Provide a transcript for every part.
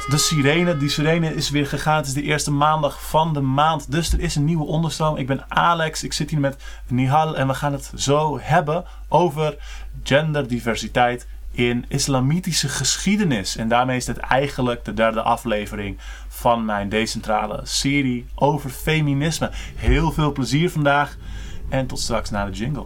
de sirene. Die sirene is weer gegaan. Het is de eerste maandag van de maand. Dus er is een nieuwe onderstroom. Ik ben Alex. Ik zit hier met Nihal. En we gaan het zo hebben over genderdiversiteit in islamitische geschiedenis. En daarmee is dit eigenlijk de derde aflevering van mijn decentrale serie over feminisme. Heel veel plezier vandaag. En tot straks na de jingle.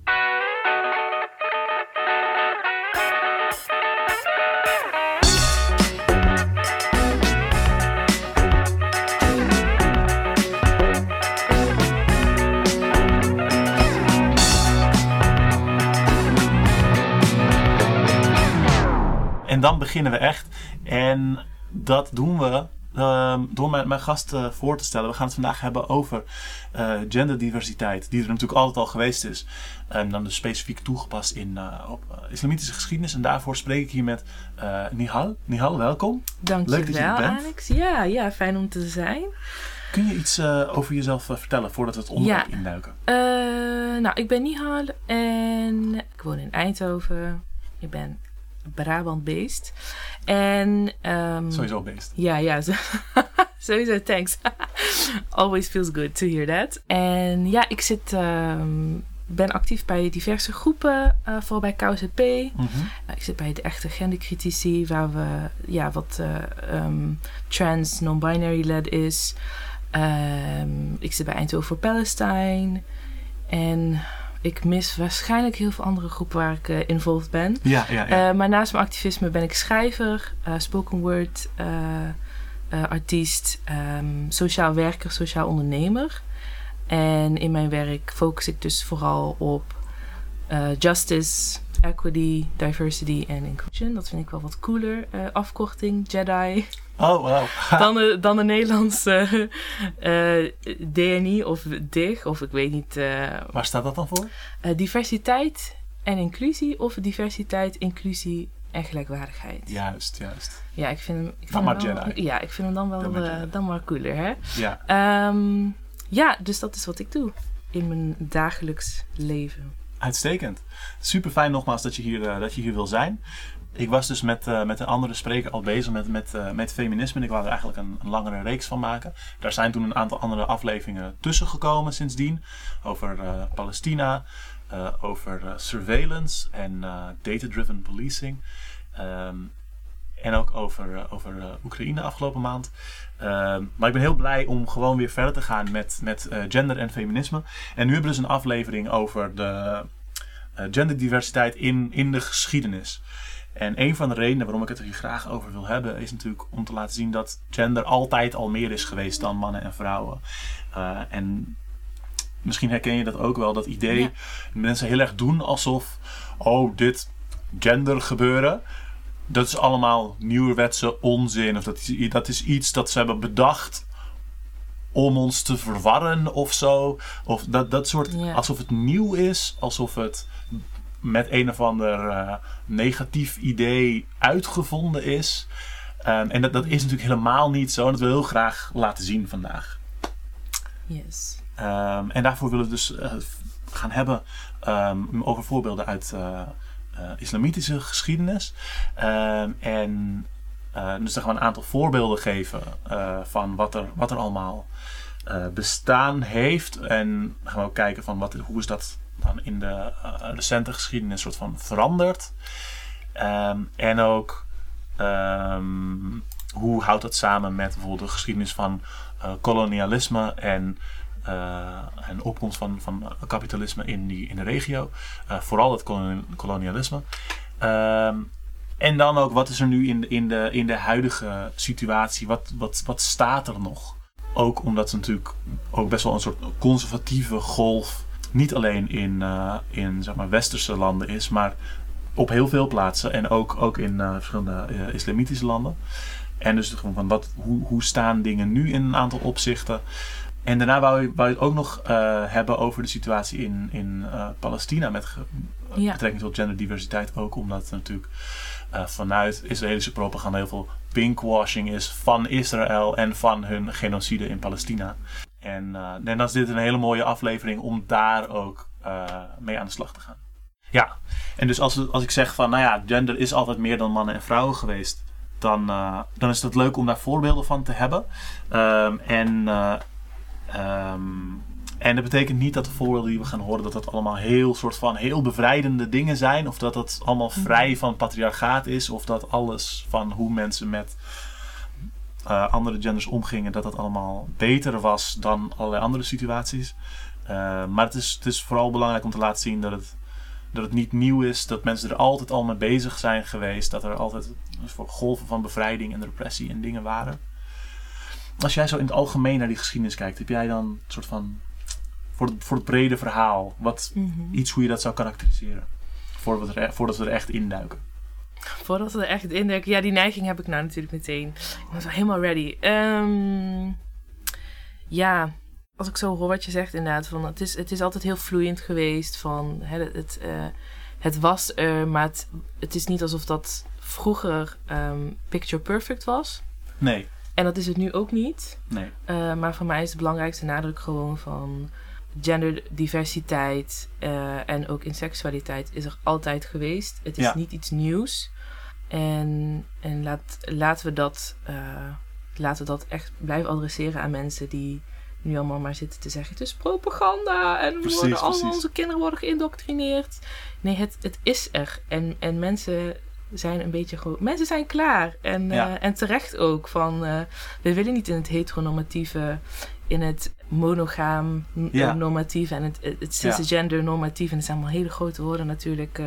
En dan beginnen we echt. En dat doen we door mijn gast voor te stellen. We gaan het vandaag hebben over genderdiversiteit. Die er natuurlijk altijd al geweest is. Dan dus specifiek toegepast op islamitische geschiedenis. En daarvoor spreek ik hier met Nihal. Nihal, welkom. Dank Leuk je dat je wel, er bent. Alex. Ja, fijn om te zijn. Kun je iets over jezelf vertellen voordat we het onderwerp induiken? Ik ben Nihal en ik woon in Eindhoven. Ik ben Brabant-based. En Sowieso based. Ja. Sowieso, thanks. Always feels good to hear that. En ja, ik ben actief bij diverse groepen, vooral bij KOZP. Mm-hmm. Ik zit bij de echte gendercritici, waar we wat trans, non-binary led is. Ik zit bij Eindhoven for Palestine. En ik mis waarschijnlijk heel veel andere groepen waar ik involved ben. Ja. Maar naast mijn activisme ben ik schrijver, spoken word, artiest, sociaal werker, sociaal ondernemer. En in mijn werk focus ik dus vooral op justice, equity, diversity en inclusion. Dat vind ik wel wat cooler. Afkorting, Jedi. Oh, wow. Dan de Nederlandse DNI of DIG, of ik weet niet. Waar staat dat dan voor? Diversiteit en inclusie of diversiteit, inclusie en gelijkwaardigheid. Juist. Ja, ik vind hem dan wel dan maar cooler, hè? Ja. Dus dat is wat ik doe in mijn dagelijks leven. Uitstekend. Super fijn nogmaals dat je hier wil zijn. Ik was dus met een andere spreker al bezig met feminisme. En ik wou er eigenlijk een langere reeks van maken. Daar zijn toen een aantal andere afleveringen tussen gekomen sindsdien. Over Palestina, over surveillance en data-driven policing. En ook over Oekraïne afgelopen maand. Maar ik ben heel blij om gewoon weer verder te gaan met gender en feminisme. En nu hebben we dus een aflevering over de genderdiversiteit in de geschiedenis. En een van de redenen waarom ik het er hier graag over wil hebben is natuurlijk om te laten zien dat gender altijd al meer is geweest dan mannen en vrouwen. En misschien herken je dat ook wel, dat idee. Ja. Mensen heel erg doen alsof, dit gender gebeuren, dat is allemaal nieuwerwetse onzin. Of dat is iets dat ze hebben bedacht om ons te verwarren of zo. Of dat soort, alsof het nieuw is, alsof het met een of ander negatief idee uitgevonden is. En dat is natuurlijk helemaal niet zo. En dat wil ik heel graag laten zien vandaag. Yes. En daarvoor willen we dus gaan hebben over voorbeelden uit islamitische geschiedenis. Dus dan gaan we een aantal voorbeelden geven van wat er allemaal bestaan heeft. En dan gaan we ook kijken van hoe is dat dan in de recente geschiedenis soort van veranderd. En ook hoe houdt dat samen met bijvoorbeeld de geschiedenis van kolonialisme en opkomst van kapitalisme in de regio. Vooral het kolonialisme. En dan ook wat is er nu in de huidige situatie? Wat staat er nog? Ook omdat het natuurlijk ook best wel een soort conservatieve golf niet alleen in zeg maar westerse landen is, maar op heel veel plaatsen en ook in verschillende islamitische landen. En dus gewoon van hoe staan dingen nu in een aantal opzichten. En daarna wou je het ook nog hebben over de situatie in Palestina met betrekking tot genderdiversiteit ook, omdat het natuurlijk vanuit Israëlische propaganda heel veel pinkwashing is van Israël en van hun genocide in Palestina. En dan is dit een hele mooie aflevering om daar ook mee aan de slag te gaan. Ja, en dus als ik zeg van, gender is altijd meer dan mannen en vrouwen geweest. dan is het leuk om daar voorbeelden van te hebben. En dat betekent niet dat de voorbeelden die we gaan horen, dat allemaal heel bevrijdende dingen zijn. Of dat het allemaal vrij van patriarchaat is. Of dat alles van hoe mensen met andere genders omgingen, dat dat allemaal beter was dan allerlei andere situaties. Maar het is vooral belangrijk om te laten zien dat het niet nieuw is. Dat mensen er altijd al mee bezig zijn geweest. Dat er altijd golven van bevrijding en repressie en dingen waren. Als jij zo in het algemeen naar die geschiedenis kijkt, heb jij dan een soort van voor het brede verhaal, iets hoe je dat zou karakteriseren? Voordat we er echt induiken. Voordat we er echt induiken? Ja, die neiging heb ik nou natuurlijk meteen. Ik was al helemaal ready. Ja, als ik zo hoor wat je zegt inderdaad. Van het is altijd heel vloeiend geweest. Van, het was er, maar het is niet alsof dat vroeger picture perfect was. Nee. En dat is het nu ook niet. Nee. Maar voor mij is de belangrijkste nadruk gewoon van genderdiversiteit en ook in seksualiteit is er altijd geweest. Het is niet iets nieuws. En laten we dat echt blijven adresseren aan mensen die nu allemaal maar zitten te zeggen, het is propaganda en onze kinderen worden geïndoctrineerd. Nee, het is er. En mensen zijn een beetje gewoon... Mensen zijn klaar. En terecht ook. We willen niet in het heteronormatieve, in het monogaam normatief en het cisgender normatief. En dat zijn allemaal hele grote woorden natuurlijk.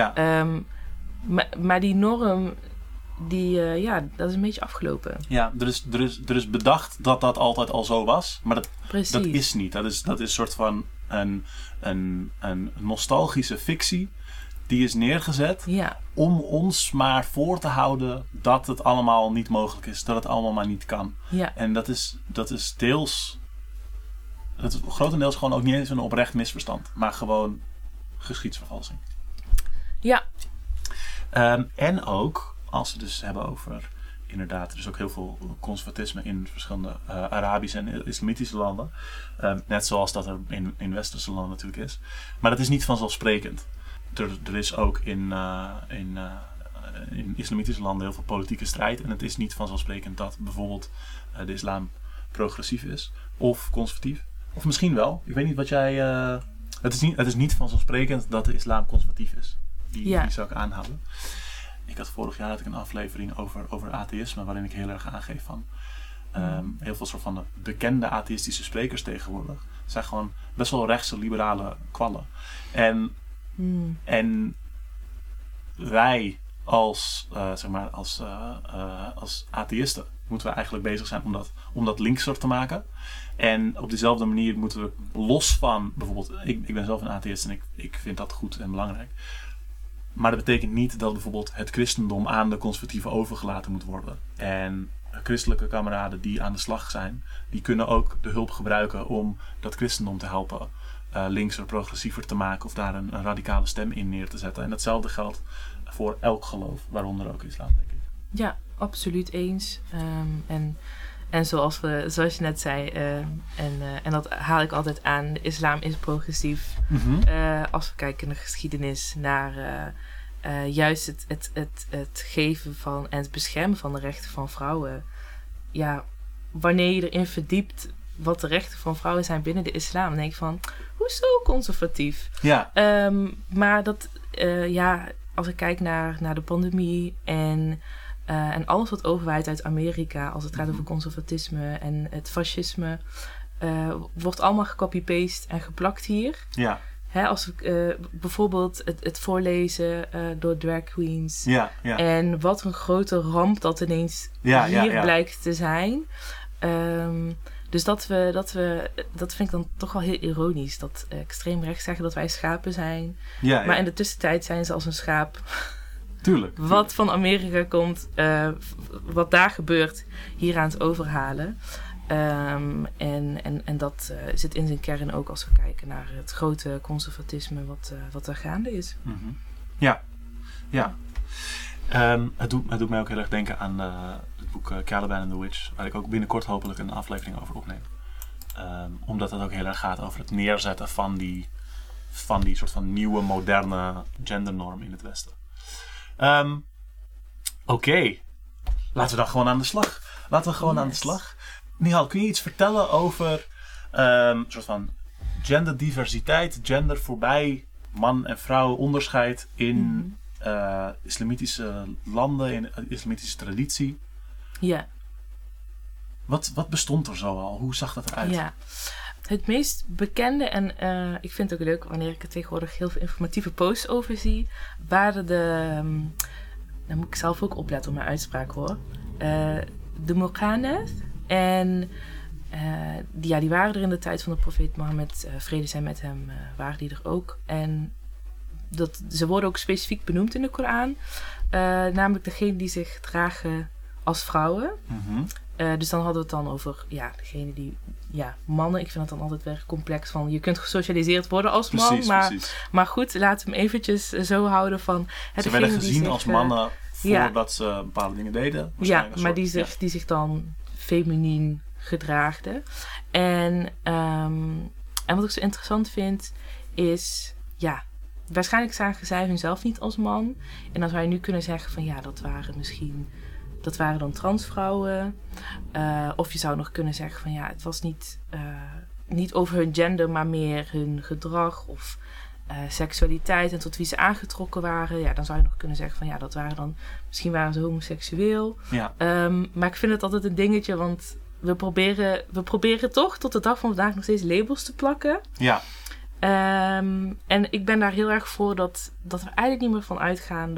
Maar die norm, dat is een beetje afgelopen. Ja, er is bedacht dat dat altijd al zo was. Maar dat is niet. Dat is een soort van een nostalgische fictie. Die is neergezet om ons maar voor te houden dat het allemaal niet mogelijk is. Dat het allemaal maar niet kan. Ja. En dat is deels... Het is grotendeels gewoon ook niet eens een oprecht misverstand. Maar gewoon geschiedsvervalsing. Ja. En ook, als we dus hebben over... Inderdaad, er is ook heel veel conservatisme in verschillende Arabische en Islamitische landen. Net zoals dat er in westerse landen natuurlijk is. Maar dat is niet vanzelfsprekend. Er is ook in islamitische landen heel veel politieke strijd. En het is niet vanzelfsprekend dat bijvoorbeeld de islam progressief is. Of conservatief. Of misschien wel. Ik weet niet wat jij... Het is niet vanzelfsprekend dat de islam conservatief is. Die zou ik aanhouden. Vorig jaar had ik een aflevering over atheïsme. Waarin ik heel erg aangeef van... heel veel soort van de bekende atheïstische sprekers tegenwoordig. Zijn gewoon best wel rechtse liberale kwallen. En wij als atheïsten moeten we eigenlijk bezig zijn om dat linkser te maken. En op dezelfde manier moeten we los van bijvoorbeeld... Ik ben zelf een atheïst en ik vind dat goed en belangrijk. Maar dat betekent niet dat bijvoorbeeld het christendom aan de conservatieven overgelaten moet worden. En christelijke kameraden die aan de slag zijn, die kunnen ook de hulp gebruiken om dat christendom te helpen linkser, progressiever te maken of daar een radicale stem in neer te zetten. En datzelfde geldt voor elk geloof, waaronder ook islam, denk ik. Ja, absoluut eens. En zoals je net zei, en dat haal ik altijd aan, de islam is progressief. Mm-hmm. Als we kijken naar de geschiedenis, naar juist het geven van en het beschermen van de rechten van vrouwen. Ja, wanneer je erin verdiept wat de rechten van vrouwen zijn binnen de islam, denk ik van, hoezo conservatief? Ja. Maar dat, als ik kijk naar de pandemie en alles wat overwaait uit Amerika, als het gaat over conservatisme en het fascisme, wordt allemaal gecopy-paste en geplakt hier. Ja. Als bijvoorbeeld het voorlezen door drag queens. Ja, ja. En wat een grote ramp dat ineens hier blijkt te zijn. Dus dat vind ik dan toch wel heel ironisch. Dat extreem rechts zeggen dat wij schapen zijn. Ja, maar in de tussentijd zijn ze als een schaap. Tuurlijk. Wat van Amerika komt, wat daar gebeurt, hier aan het overhalen. En dat zit in zijn kern ook als we kijken naar het grote conservatisme wat er gaande is. Mm-hmm. Ja, ja. Het doet mij ook heel erg denken aan het boek Caliban and the Witch, waar ik ook binnenkort hopelijk een aflevering over opneem. Omdat het ook heel erg gaat over het neerzetten van die soort van nieuwe, moderne gendernorm in het Westen. Oké. laten we dan gewoon aan de slag. Laten we gewoon aan de slag. Nihal, kun je iets vertellen over een soort van genderdiversiteit, gender voorbij man en vrouw, onderscheid in islamitische landen, in islamitische traditie? Ja. Wat bestond er zo al? Hoe zag dat eruit? Ja. Het meest bekende, en ik vind het ook leuk wanneer ik er tegenwoordig heel veel informatieve posts over zie, waren dan moet ik zelf ook opletten op mijn uitspraak hoor, de Muqanas. En die waren er in de tijd van de profeet Mohammed, vrede zij met hem, waren die er ook. En ze worden ook specifiek benoemd in de Koran, namelijk degene die zich dragen als vrouwen. Dus dan hadden we het dan over degene die, mannen. Ik vind het dan altijd weer complex van, je kunt gesocialiseerd worden als man. Maar goed, laten we hem eventjes zo houden van... Ze werden gezien als mannen voordat ze bepaalde dingen deden. Ja, maar die zich dan feminien gedraagden. En wat ik zo interessant vind is... waarschijnlijk zagen zij hunzelf niet als man. En dan zou je nu kunnen zeggen van dat waren dan transvrouwen. Of je zou nog kunnen zeggen van het was niet over hun gender, maar meer hun gedrag of seksualiteit en tot wie ze aangetrokken waren. Ja, dan zou je nog kunnen zeggen van misschien waren ze homoseksueel. Ja. Maar ik vind het altijd een dingetje, want we proberen toch tot de dag van vandaag nog steeds labels te plakken. Ja. En ik ben daar heel erg voor dat we eigenlijk niet meer van uitgaan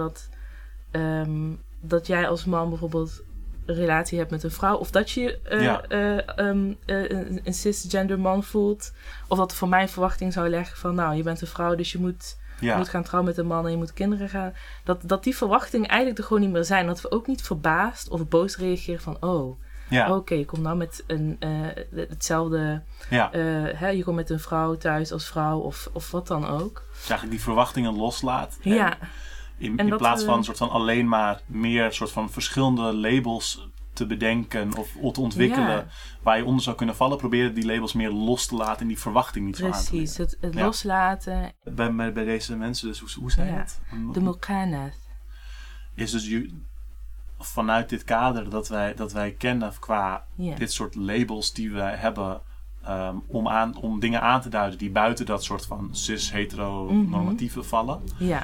dat jij als man bijvoorbeeld een relatie hebt met een vrouw, of dat je een cisgender man voelt, of dat er voor mij een verwachting zou leggen van je bent een vrouw, dus je moet gaan trouwen met een man en je moet kinderen gaan. Dat die verwachtingen eigenlijk er gewoon niet meer zijn. Dat we ook niet verbaasd of boos reageren van oké, je komt nou met hetzelfde... je komt met een vrouw thuis als vrouw of wat dan ook. Dus eigenlijk die verwachtingen loslaat. Ja. In plaats van soort van alleen maar meer soort van verschillende labels te bedenken of te ontwikkelen waar je onder zou kunnen vallen, proberen die labels meer los te laten en die verwachting niet zo aan te leggen. Precies, het loslaten. Bij deze mensen, dus hoe zei het? De Muqanas. Is dus vanuit dit kader dat wij kennen qua dit soort labels die we hebben om dingen aan te duiden die buiten dat soort van cis-hetero-normatieve vallen. Ja.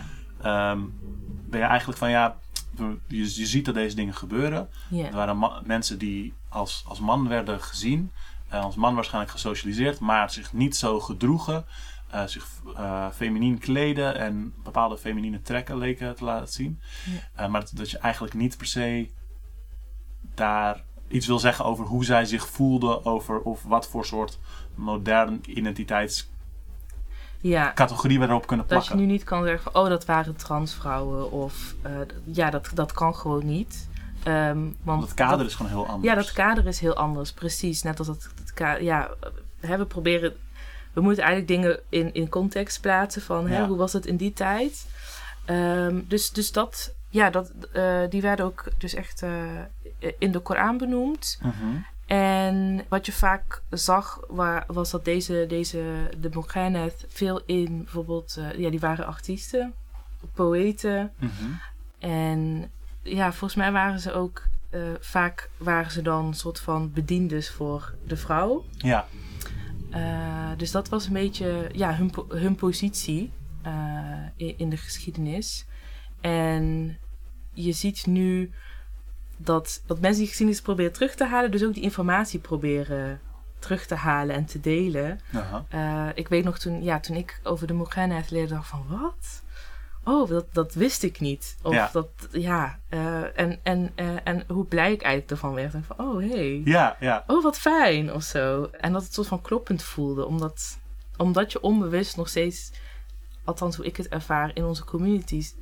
Ben je eigenlijk van je ziet dat deze dingen gebeuren. Er waren mensen die als man werden gezien, als man waarschijnlijk gesocialiseerd, maar zich niet zo gedroegen, zich feminien kleden en bepaalde feminine trekken leken te laten zien. Maar dat je eigenlijk niet per se daar iets wil zeggen over hoe zij zich voelden, of wat voor soort modern identiteitscategorie we erop kunnen plakken. Dat je nu niet kan zeggen van, dat waren transvrouwen of dat kan gewoon niet. Want het kader is gewoon heel anders. Ja, dat kader is heel anders, precies. Net als het kader, we moeten eigenlijk dingen in context plaatsen van hoe was het in die tijd. Dus dat, die werden ook dus echt in de Koran benoemd. En wat je vaak zag, was dat de Muqanas veel in bijvoorbeeld, die waren artiesten, poëten. En volgens mij waren ze ook, vaak waren ze dan een soort van bediendes voor de vrouw. Ja. Dus dat was een beetje hun positie in de geschiedenis. En je ziet nu dat mensen die geschiedenis proberen terug te halen, dus ook die informatie proberen terug te halen en te delen. Ik weet nog toen ik over de Muqanas leerde, dacht van wat? Oh, dat wist ik niet. Of en hoe blij ik eigenlijk ervan werd. En van, oh wat fijn of zo. En dat het soort van kloppend voelde, omdat je onbewust nog steeds, althans hoe ik het ervaar in onze communities,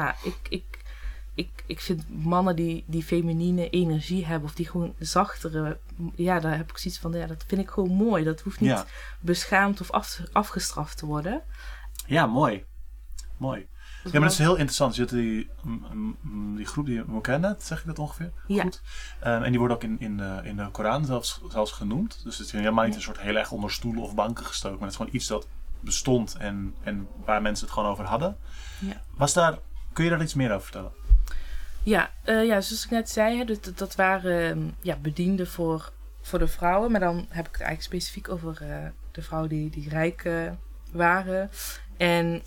ik vind mannen die feminine energie hebben, of die gewoon zachtere, daar heb ik zoiets van, dat vind ik gewoon mooi. Dat hoeft niet beschaamd of afgestraft te worden. Ja, mooi. Maar dat is heel interessant. Je hebt die groep, die Muqanas, zeg ik dat ongeveer? Ja. Goed. En die worden ook in de Koran zelfs genoemd. Dus het is helemaal niet een soort heel erg onder stoelen of banken gestoken. Maar het is gewoon iets dat bestond en waar mensen het gewoon over hadden. Ja. Kun je daar iets meer over vertellen? Ja, zoals ik net zei, hè, dat waren bedienden voor de vrouwen. Maar dan heb ik het eigenlijk specifiek over de vrouwen die rijk waren. En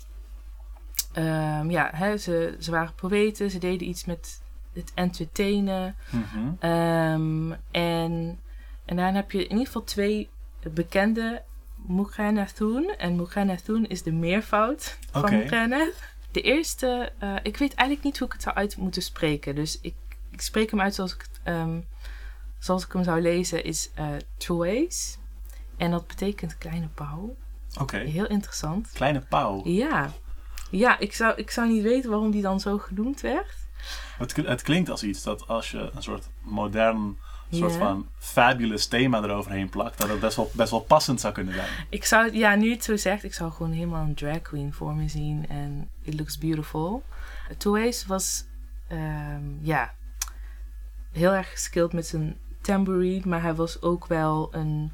ze waren poëten, ze deden iets met het entertainen. Mhm. En dan heb je in ieder geval 2 bekende Muqenathun. En Muqenathun is de meervoud van Muqenath. De eerste, ik weet eigenlijk niet hoe ik het zou uit moeten spreken. Dus ik spreek hem uit zoals ik hem zou lezen, is Tuwais. En dat betekent kleine pauw. Oké. Heel interessant. Kleine pauw. Ja, ik zou niet weten waarom die dan zo genoemd werd. Het klinkt als iets dat als je een soort modern, soort van fabulous thema eroverheen plakt, dat het best wel passend zou kunnen zijn. Nu het zo zegt, ik zou gewoon helemaal een drag queen voor me zien. En it looks beautiful. Tuwais was, heel erg geskilled met zijn tambourine, maar hij was ook wel een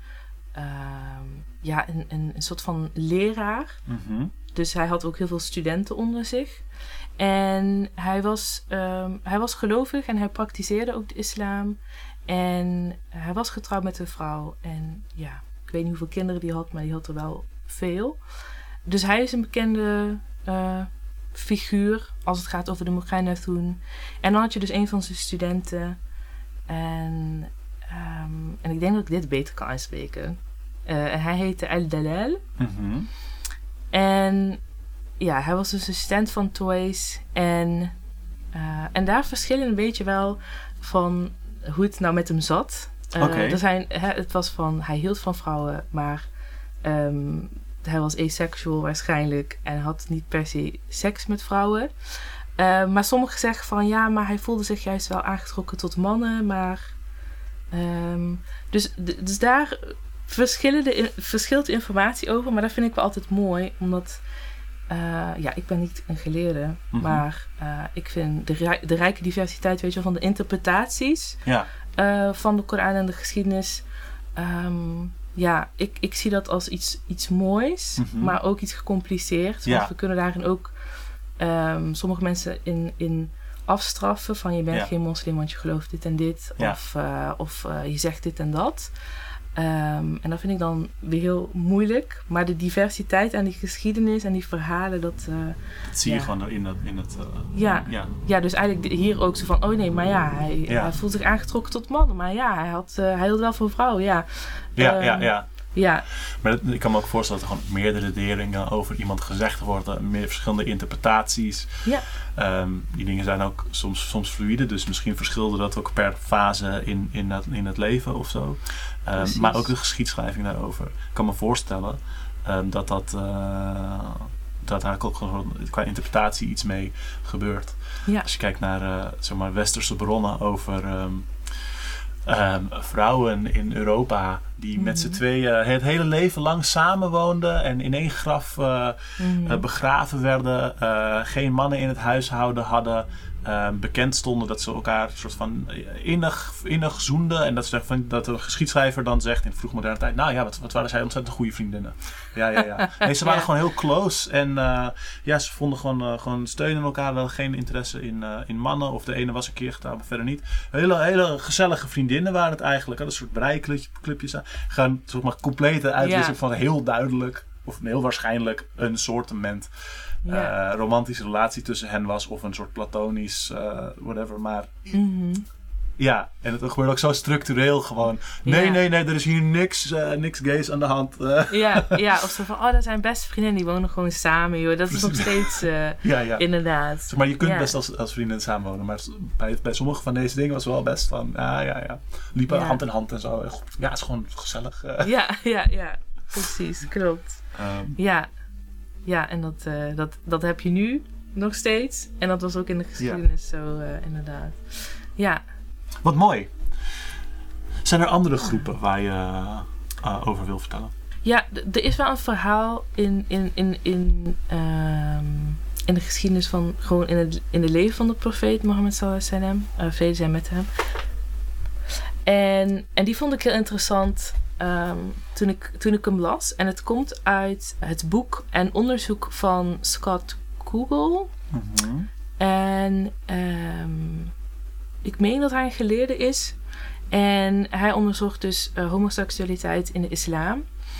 soort van leraar. Mhm. Dus hij had ook heel veel studenten onder zich. En hij was gelovig en hij praktiseerde ook de islam. En hij was getrouwd met een vrouw. En ja, ik weet niet hoeveel kinderen die had, maar die had er wel veel. Dus hij is een bekende figuur als het gaat over de Muqenathun. En dan had je dus een van zijn studenten. En ik denk dat ik dit beter kan uitspreken. Hij heette Al-Dalal. Mhm. En ja, hij was dus assistent van Tuwais. En daar verschillen een beetje wel van hoe het nou met hem zat. Het was van, hij hield van vrouwen, maar hij was asexual waarschijnlijk en had niet per se seks met vrouwen. Maar sommigen zeggen van ja, maar hij voelde zich juist wel aangetrokken tot mannen. Maar dus daar verschilt informatie over, maar dat vind ik wel altijd mooi, omdat ik ben niet een geleerde, maar ik vind de rijke diversiteit, weet je, van de interpretaties van de Koran en de geschiedenis. Ik zie dat als iets moois, maar ook iets gecompliceerd. Want we kunnen daarin ook sommige mensen in afstraffen van je bent geen moslim, want je gelooft dit en dit. Of je zegt dit en dat. En dat vind ik dan weer heel moeilijk. Maar de diversiteit en die geschiedenis en die verhalen, dat zie je gewoon in het... dus eigenlijk hier ook zo van, oh nee, maar hij voelt zich aangetrokken tot mannen. Maar hij hield wel van vrouwen, Ja. Maar ik kan me ook voorstellen dat er gewoon meerdere dingen over iemand gezegd worden. Meer verschillende interpretaties. Ja. Die dingen zijn ook soms fluïde. Dus misschien verschilde dat ook per fase in het leven of zo. Maar ook de geschiedschrijving daarover. Ik kan me voorstellen dat daar ook gewoon qua interpretatie iets mee gebeurt. Ja. Als je kijkt naar westerse bronnen over... vrouwen in Europa die met z'n tweeën het hele leven lang samenwoonden en in één graf begraven werden, geen mannen in het huishouden hadden, bekend stonden dat ze elkaar een soort van innig zoenden en dat de geschiedschrijver dan zegt in de vroegmoderne tijd, nou ja, wat waren zij ontzettend goede vriendinnen. Ja. Nee, ze waren gewoon heel close en ze vonden gewoon steun in elkaar, hadden geen interesse in mannen of de ene was een keer getrouwd, maar verder niet. Hele gezellige vriendinnen waren het eigenlijk, een soort breiklubjes. Gewoon zeg maar complete uitwisseling van heel duidelijk of heel waarschijnlijk een soortement romantische relatie tussen hen was of een soort platonisch whatever, maar ja, en het gebeurt ook zo structureel gewoon. Nee, er is hier niks gays aan de hand. Of zo van, dat zijn beste vriendinnen, die wonen gewoon samen, joh. Dat is nog steeds inderdaad. Zeg maar je kunt best als vrienden samenwonen, maar bij sommige van deze dingen was het wel best van, liepen hand in hand en zo. Ja, het is gewoon gezellig. Ja, precies, klopt. En dat heb je nu nog steeds. En dat was ook in de geschiedenis zo, inderdaad. Ja. Wat mooi. Zijn er andere groepen waar je over wil vertellen? Ja, er is wel een verhaal in de geschiedenis van gewoon in de leven van de profeet Mohammed sallallahu alaihi wasallam. Vrede zij met hem. En die vond ik heel interessant toen ik hem las. En het komt uit het boek en onderzoek van Scott Kugel. En ik meen dat hij een geleerde is. En hij onderzocht dus homoseksualiteit in de islam.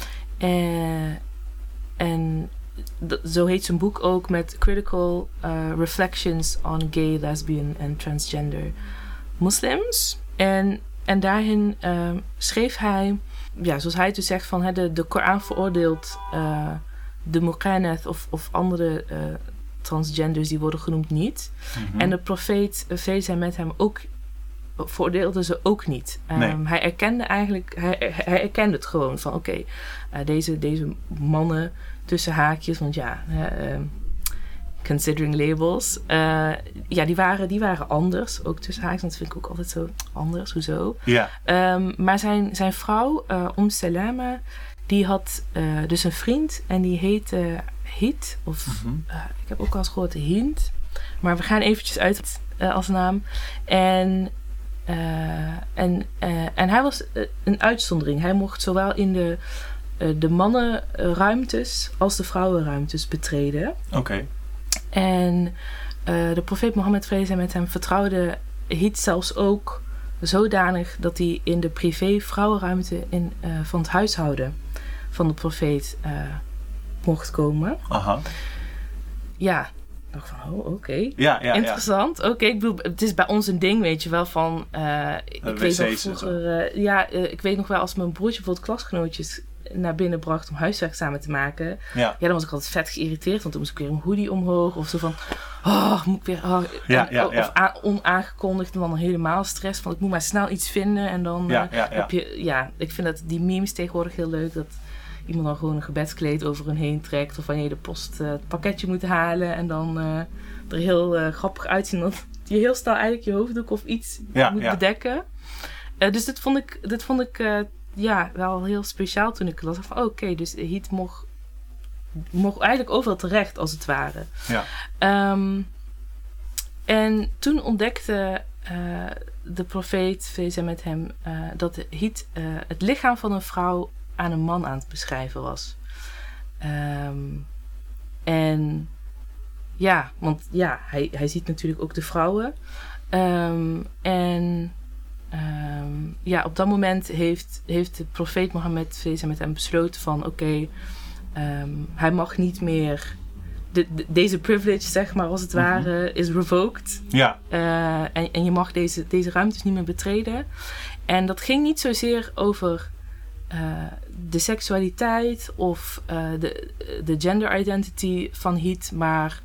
En zo heet zijn boek ook met Critical Reflections on Gay, Lesbian en Transgender Muslims. En daarin schreef hij, zoals hij dus zegt, van de Koran veroordeelt de Muqannath of andere transgenders die worden genoemd niet. Mm-hmm. En de profeet, vrede zij met hem, ook veroordeelde ze ook niet. Hij erkende eigenlijk, hij erkende het gewoon van oké, deze mannen tussen haakjes, want considering labels, die waren anders, ook tussen haakjes, want dat vind ik ook altijd zo anders, hoezo? Ja. Maar zijn vrouw, Salama, die had dus een vriend en die heette Hit, of ik heb ook al eens gehoord Hind, maar we gaan eventjes uit als naam. En hij was een uitzondering. Hij mocht zowel in de mannenruimtes als de vrouwenruimtes betreden. Oké. En de profeet Mohammed, vrede zij met hem, vertrouwde Hit zelfs ook zodanig dat hij in de privé vrouwenruimte van het huishouden van de profeet mocht komen. Aha. Ja. Van, oké. Ja, interessant. Oké, ik bedoel, het is bij ons een ding, weet je wel, van... ik weet nog vroeger... ik weet nog wel, als mijn broertje bijvoorbeeld klasgenootjes naar binnen bracht om huiswerk samen te maken. Ja. Dan was ik altijd vet geïrriteerd, want toen moest ik weer een hoodie omhoog. Of zo van, moet ik weer... Of onaangekondigd en dan helemaal stress van, ik moet maar snel iets vinden. En dan heb je... Ja, ik vind dat die memes tegenwoordig heel leuk, dat iemand dan gewoon een gebedskleed over hun heen trekt. Of wanneer je de post het pakketje moet halen. En dan er heel grappig uitzien. Dat je heel snel eigenlijk je hoofddoek of iets moet bedekken. Dus dit vond ik wel heel speciaal toen ik las. Van oké, dus Hit mocht eigenlijk overal terecht, als het ware. Ja. En toen ontdekte de profeet, vrede zij met hem, dat Hit het lichaam van een vrouw aan een man aan het beschrijven was. Hij ziet natuurlijk ook de vrouwen. Op dat moment heeft de profeet Mohammed, vrede zij met hem, besloten van oké, hij mag niet meer deze privilege, zeg maar, als het ware, is revoked. Ja. En je mag deze ruimtes niet meer betreden. En dat ging niet zozeer over de seksualiteit of de gender identity van Hit, maar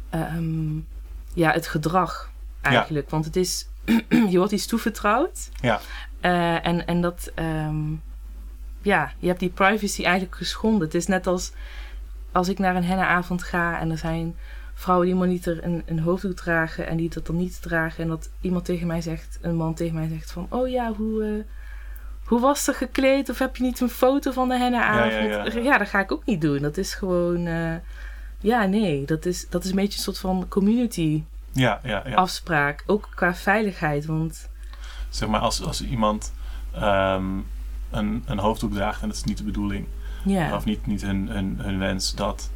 het gedrag eigenlijk. Ja. Want het is, je wordt iets toevertrouwd. Ja. En dat, je hebt die privacy eigenlijk geschonden. Het is net als ik naar een hennaavond ga en er zijn vrouwen die maar niet een hoofddoek dragen en die dat dan niet dragen. En dat iemand tegen mij zegt, een man tegen mij zegt van, oh ja, hoe was ze gekleed? Of heb je niet een foto van de hennaavond? Ja, dat ga ik ook niet doen. Dat is gewoon... dat is een beetje een soort van community afspraak. Ook qua veiligheid, want... Zeg maar, als iemand een hoofddoek draagt en dat is niet de bedoeling. Ja. Of niet hun wens dat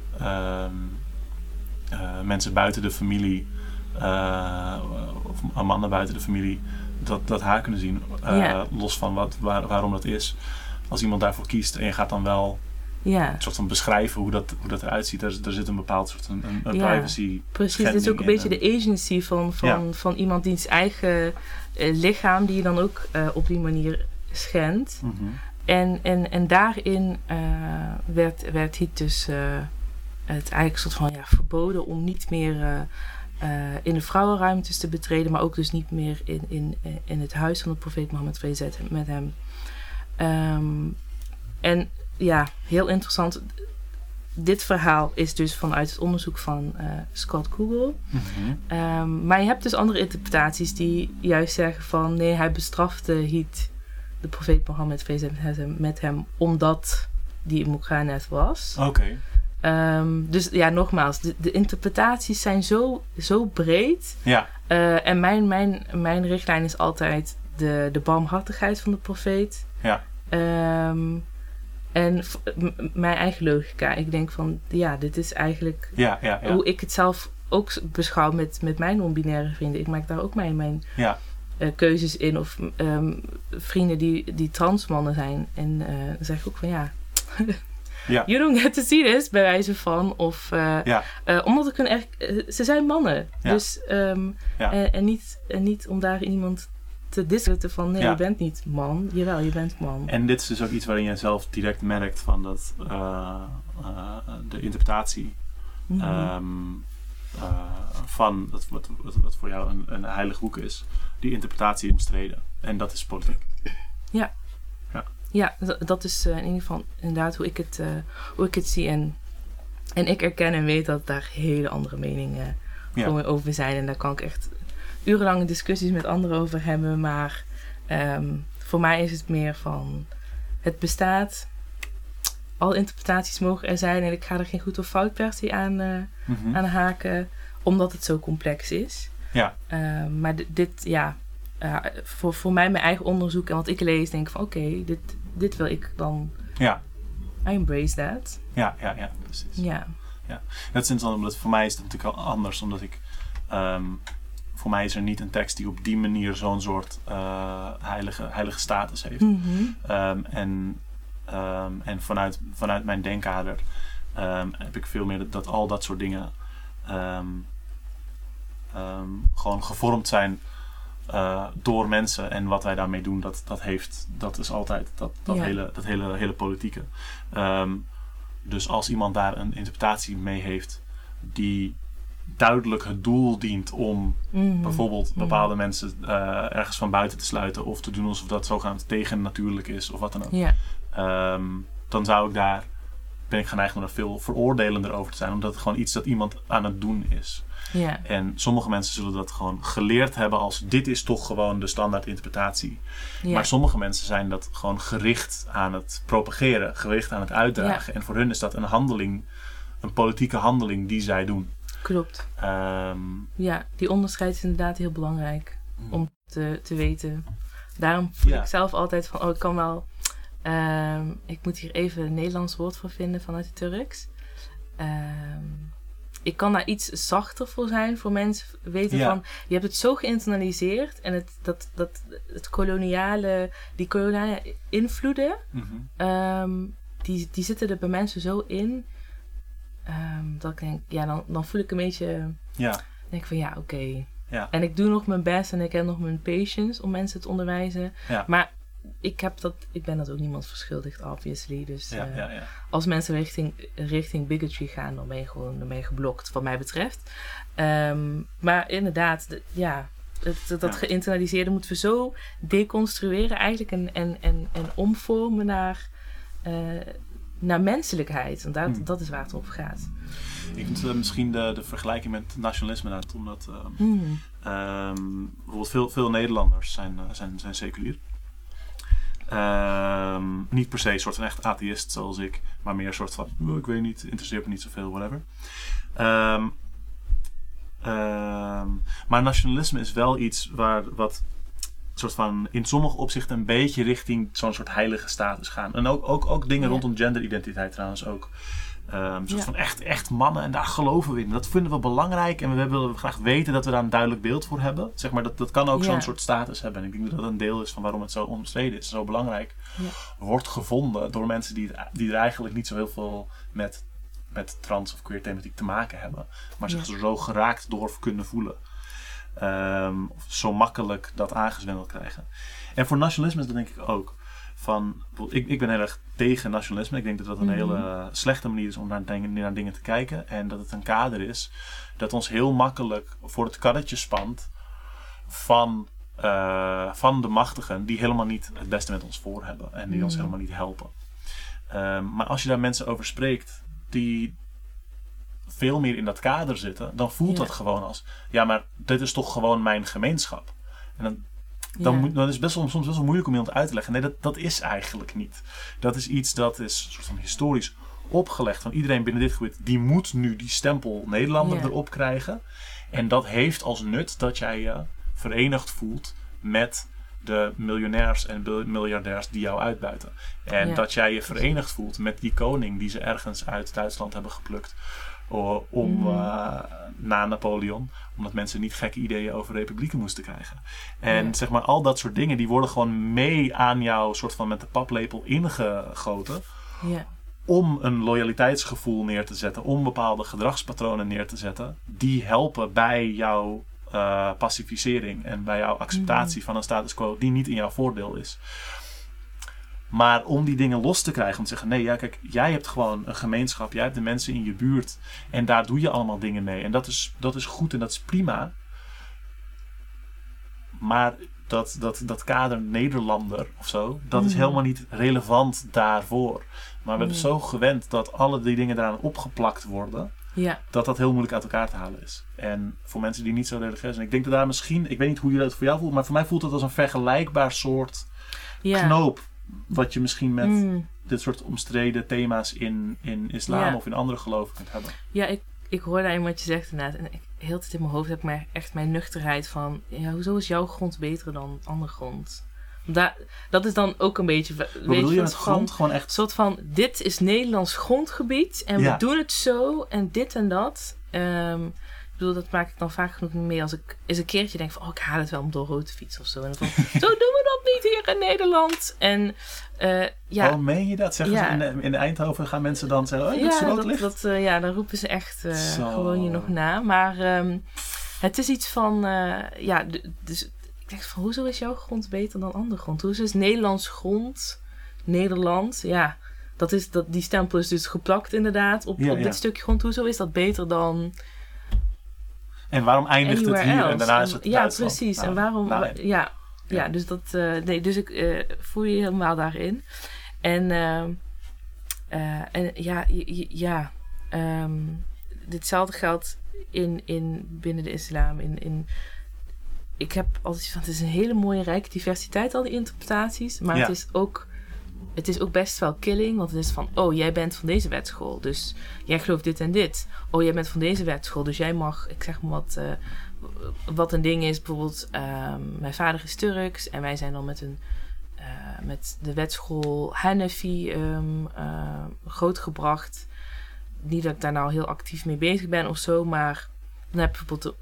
mensen buiten de familie of mannen buiten de familie dat haar kunnen zien. Los van waarom dat is. Als iemand daarvoor kiest en je gaat dan wel een soort van beschrijven hoe dat eruit ziet. Er zit een bepaald soort een privacy. Precies, het is ook een beetje de agency van iemand diens eigen lichaam die je dan ook op die manier schendt. Mm-hmm. En daarin werd Hit dus het eigenlijk soort van verboden om niet meer in de vrouwenruimtes te betreden, maar ook dus niet meer in het huis van de profeet Mohammed, vrede zij met hem. En heel interessant. Dit verhaal is dus vanuit het onderzoek van Scott Kugel. Mm-hmm. Maar je hebt dus andere interpretaties die juist zeggen van nee, hij bestrafte Hit, de profeet Mohammed, vrede zij met hem, omdat die Muqannath was. Oké. Dus nogmaals, de interpretaties zijn zo breed. Ja. En mijn richtlijn is altijd de barmhartigheid van de profeet. Ja. En mijn eigen logica. Ik denk van, dit is eigenlijk hoe ik het zelf ook beschouw met mijn non-binaire vrienden. Ik maak daar ook mijn keuzes in. Of vrienden die transmannen zijn. En dan zeg ik ook van ja... You don't get to see this, bij wijze van. Of, omdat ze zijn mannen. Ja. Dus, en niet om daar iemand te dissen van nee, je bent niet man. Jawel, je bent man. En dit is dus ook iets waarin je zelf direct merkt van dat de interpretatie van wat voor jou een heilig boek is, die interpretatie is omstreden. En dat is politiek. Ja. Ja, dat is in ieder geval inderdaad hoe ik het zie. En ik erken en weet dat daar hele andere meningen over zijn. En daar kan ik echt urenlange discussies met anderen over hebben. Maar voor mij is het meer van... Het bestaat. Alle interpretaties mogen er zijn. En ik ga er geen goed of fout versie aan haken. Omdat het zo complex is. Ja. Maar voor mij mijn eigen onderzoek en wat ik lees, denk ik van oké, dit wil ik dan. Ja. I embrace that. Ja, precies. Ja. Dat is interessant, omdat voor mij is het natuurlijk al anders, omdat ik voor mij is er niet een tekst die op die manier zo'n soort heilige status heeft. En vanuit mijn denkkader heb ik veel meer dat al dat soort dingen gewoon gevormd zijn door mensen en wat wij daarmee doen, dat is altijd dat hele politieke. Dus als iemand daar een interpretatie mee heeft die duidelijk het doel dient om bijvoorbeeld bepaalde mensen ergens van buiten te sluiten of te doen alsof dat zogenaamd tegennatuurlijk is of wat dan ook. Dan ben ik geneigd om er veel veroordelender over te zijn, omdat het gewoon iets dat iemand aan het doen is. Ja. En sommige mensen zullen dat gewoon geleerd hebben als dit is toch gewoon de standaard interpretatie. Ja. Maar sommige mensen zijn dat gewoon gericht aan het propageren, gericht aan het uitdragen. Ja. En voor hun is dat een handeling, een politieke handeling die zij doen. Klopt. Die onderscheid is inderdaad heel belangrijk om te weten. Daarom voel ik zelf altijd van, ik kan wel... ik moet hier even een Nederlands woord voor vinden vanuit het Turks. Ik kan daar iets zachter voor zijn, voor mensen weten van... Je hebt het zo geïnternaliseerd en die koloniale invloeden... die zitten er bij mensen zo in... dat ik denk, dan voel ik een beetje... denk van oké. Ja. En ik doe nog mijn best en ik heb nog mijn patience om mensen te onderwijzen. Ja. Maar ik ben dat ook niemand verschuldigd, obviously. Dus als mensen richting bigotry gaan, dan ben je geblokt, wat mij betreft. Maar inderdaad, dat geïnternaliseerde moeten we zo deconstrueren eigenlijk en omvormen naar menselijkheid. En dat is waar het over gaat. Ik vind misschien de vergelijking met nationalisme uit, omdat bijvoorbeeld veel Nederlanders zijn seculier. Niet per se een soort van echt atheïst zoals ik, maar meer een soort van, ik weet niet, interesseert me niet zoveel, whatever. Maar nationalisme is wel iets wat soort van in sommige opzichten een beetje richting zo'n soort heilige status gaan. En ook dingen rondom genderidentiteit trouwens ook. Een soort van echt mannen en daar geloven we in. Dat vinden we belangrijk en we willen graag weten dat we daar een duidelijk beeld voor hebben. Zeg maar, dat kan ook zo'n soort status hebben. En ik denk dat dat een deel is van waarom het zo omstreden is. Zo belangrijk wordt gevonden door mensen die er eigenlijk niet zo heel veel met trans of queer thematiek te maken hebben. Maar zich er zo geraakt door kunnen voelen. Of zo makkelijk dat aangezwengeld krijgen. En voor nationalisme is dat denk ik ook. Ik ben heel erg tegen nationalisme. Ik denk dat dat een hele slechte manier is om naar dingen te kijken. En dat het een kader is dat ons heel makkelijk voor het karretje spant van de machtigen die helemaal niet het beste met ons voor hebben. En die ons helemaal niet helpen. Maar als je daar mensen over spreekt die veel meer in dat kader zitten, dan voelt dat gewoon als, maar dit is toch gewoon mijn gemeenschap. En dan is het soms best wel moeilijk om iemand uit te leggen. Nee, dat is eigenlijk niet. Dat is iets dat is soort van historisch opgelegd. Van iedereen binnen dit gebied, die moet nu die stempel Nederlander erop krijgen. En dat heeft als nut dat jij je verenigd voelt met de miljonairs en miljardairs die jou uitbuiten. En dat jij je verenigd voelt met die koning die ze ergens uit Duitsland hebben geplukt. Na Napoleon. Omdat mensen niet gekke ideeën over republieken moesten krijgen. En zeg maar, al dat soort dingen, die worden gewoon mee aan jou soort van met de paplepel ingegoten. Ja. Om een loyaliteitsgevoel neer te zetten. Om bepaalde gedragspatronen neer te zetten. Die helpen bij jouw pacificering. En bij jouw acceptatie van een status quo die niet in jouw voordeel is. Maar om die dingen los te krijgen, om te zeggen, nee, ja, kijk, jij hebt gewoon een gemeenschap, jij hebt de mensen in je buurt en daar doe je allemaal dingen mee. En dat is goed en dat is prima. Maar dat kader Nederlander of zo, dat is helemaal niet relevant daarvoor. Maar we hebben zo gewend dat alle die dingen daaraan opgeplakt worden, dat heel moeilijk uit elkaar te halen is. En voor mensen die niet zo religieus zijn, ik denk dat daar misschien, ik weet niet hoe je dat voor jou voelt, maar voor mij voelt het als een vergelijkbaar soort knoop. Wat je misschien met dit soort omstreden thema's in islam of in andere geloven kunt hebben. Ja, ik hoor daarin wat je zegt inderdaad. En heel de tijd in mijn hoofd heb ik echt mijn nuchterheid van... Ja, hoezo is jouw grond beter dan andere grond? Dat is dan ook een beetje... Wat bedoel je met grond? Gewoon echt... Een soort van, dit is Nederlands grondgebied en we doen het zo en dit en dat. Ik bedoel, dat maak ik dan vaak genoeg niet mee als ik eens een keertje denk van... ik haal het wel om door rood te fietsen of zo. En dan van, zo doen we dat niet hier in Nederland. En oh, meen je dat? Zeggen ze in Eindhoven gaan mensen dan zeggen... Oh, dit is rood licht? Dan roepen ze echt gewoon je nog na. Maar het is iets van... dus ik denk van, hoezo is jouw grond beter dan andere grond? Hoezo is Nederlands grond, Nederland... Ja, die stempel is dus geplakt inderdaad op dit stukje grond. Hoezo is dat beter dan... En waarom eindigt het hier en daarna is het Duitsland? Ja, precies. En waarom... Dus dat... dus ik voel je helemaal daarin. En ditzelfde geldt binnen de islam. Ik heb altijd van, het is een hele mooie rijke diversiteit, al die interpretaties. Maar het is ook best wel killing. Want het is van, oh, jij bent van deze wetschool. Dus jij gelooft dit en dit. Oh, jij bent van deze wetschool. Dus jij mag, ik zeg maar wat een ding is. Bijvoorbeeld, mijn vader is Turks. En wij zijn dan met de wetschool Hanafi grootgebracht. Niet dat ik daar nou heel actief mee bezig ben of zo. Maar dan heb je bijvoorbeeld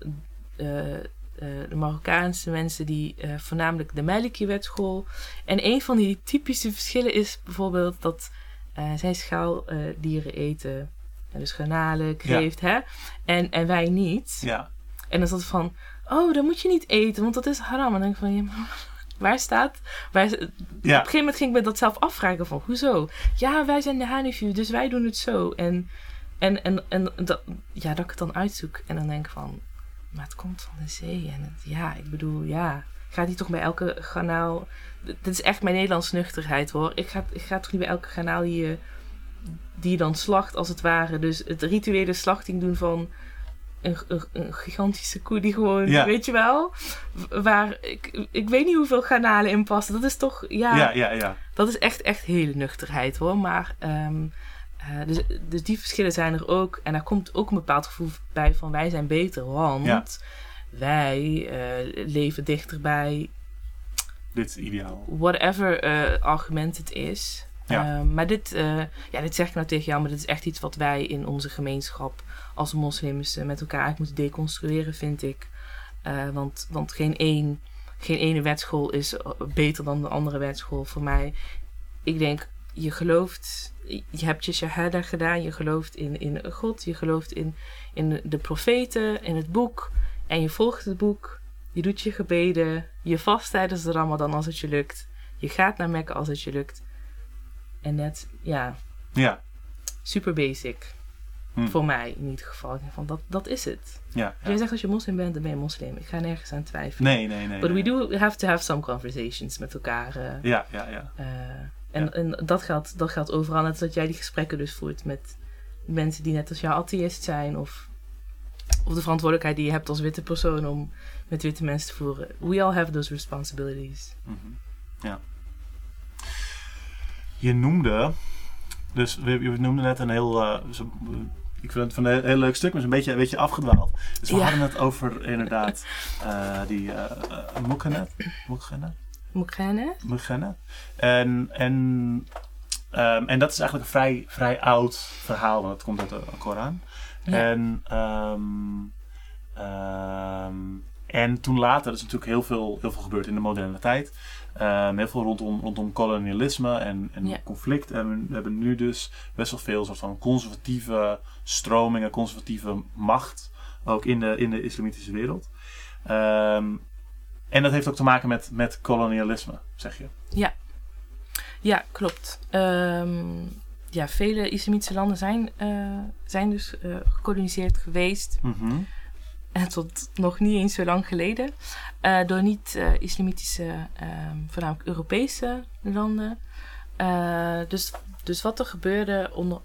de Marokkaanse mensen die voornamelijk de Maliki-wetschool. En een van die typische verschillen is bijvoorbeeld dat zij schaaldieren eten. Dus garnalen, kreeft, hè? En wij niet. Ja. En dan is dat van, oh, dat moet je niet eten, want dat is haram. En dan denk ik van, waar staat... Op een gegeven moment ging ik me dat zelf afvragen van, hoezo? Ja, wij zijn de Hanafi, dus wij doen het zo. En dat ik het dan uitzoek. En dan denk ik van, maar het komt van de zee. En ik bedoel, gaat die toch bij elke garnaal... Dit is echt mijn Nederlandse nuchterheid, hoor. Ik ga toch niet bij elke garnaal die je dan slacht, als het ware. Dus het rituele slachting doen van een gigantische koe die gewoon, weet je wel, waar ik weet niet hoeveel garnalen in passen. Dat is toch, dat is echt hele nuchterheid, hoor. Maar, dus die verschillen zijn er ook. En daar komt ook een bepaald gevoel bij van wij zijn beter, want wij leven dichterbij. Dit is ideaal. Whatever argument het is. Maar dit zeg ik nou tegen jou, maar dit is echt iets wat wij in onze gemeenschap als moslims met elkaar eigenlijk moeten deconstrueren, vind ik. Want geen ene wetschool is beter dan de andere wetschool voor mij. Ik denk, je gelooft, je hebt je shahada gedaan, je gelooft in God, je gelooft in de profeten, in het boek. En je volgt het boek, je doet je gebeden, je vast tijdens de Ramadan als het je lukt. Je gaat naar Mekka als het je lukt. En dat, super basic. Voor mij in ieder geval. Van dat is het. Als jij zegt als je moslim bent, dan ben je moslim. Ik ga nergens aan twijfelen. Nee. But we do have to have some conversations met elkaar. En dat geldt overal. Net dat jij die gesprekken dus voert met mensen die net als jou atheïst zijn. Of de verantwoordelijkheid die je hebt als witte persoon om met witte mensen te voeren. We all have those responsibilities. Mm-hmm. Ja. Je noemde... Dus we noemden net een heel... ik vind het van een heel leuk stuk, maar het is een beetje afgedwaald. Dus we hadden het over inderdaad die Mukhanet. Mughenne. En dat is eigenlijk een vrij oud verhaal, want dat komt uit de Koran. Ja. En toen later is natuurlijk heel veel gebeurd in de moderne tijd. Heel veel rondom kolonialisme en conflict. En we hebben nu dus best wel veel soort van conservatieve stromingen, conservatieve macht. Ook in de islamitische wereld. En dat heeft ook te maken met kolonialisme, zeg je? Ja, klopt. Vele islamitische landen zijn dus gekoloniseerd geweest. Mm-hmm. En tot nog niet eens zo lang geleden. Door niet-islamitische, voornamelijk Europese landen. Dus wat er gebeurde onder...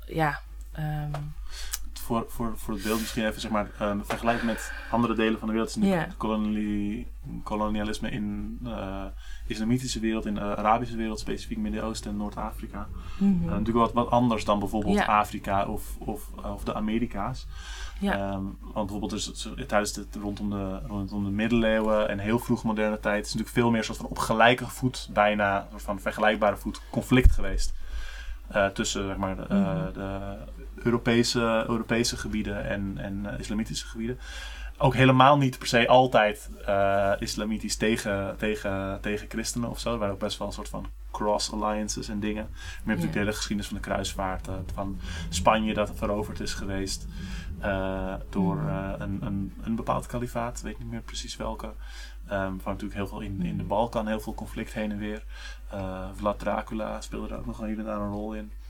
Voor het beeld misschien even, zeg maar, vergelijk met andere delen van de wereld. Het kolonialisme in de islamitische wereld, in de Arabische wereld, specifiek Midden-Oosten en Noord-Afrika. Mm-hmm. Natuurlijk wat anders dan bijvoorbeeld Afrika of de Amerika's. Ja. Want bijvoorbeeld dus, tijdens rondom de middeleeuwen en heel vroeg moderne tijd is natuurlijk veel meer soort van op gelijke voet, bijna soort van vergelijkbare voet, conflict geweest. Tussen zeg maar, de Europese gebieden en islamitische gebieden. Ook helemaal niet per se altijd islamitisch tegen christenen of zo. Er waren ook best wel een soort van cross-alliances en dingen. Maar je hebt natuurlijk de hele geschiedenis van de kruisvaart. Van Spanje dat veroverd is geweest door een bepaald kalifaat. Ik weet niet meer precies welke. Van natuurlijk heel veel in de Balkan, heel veel conflict heen en weer. Vlad Dracula speelde er ook nog hier en daar een rol in.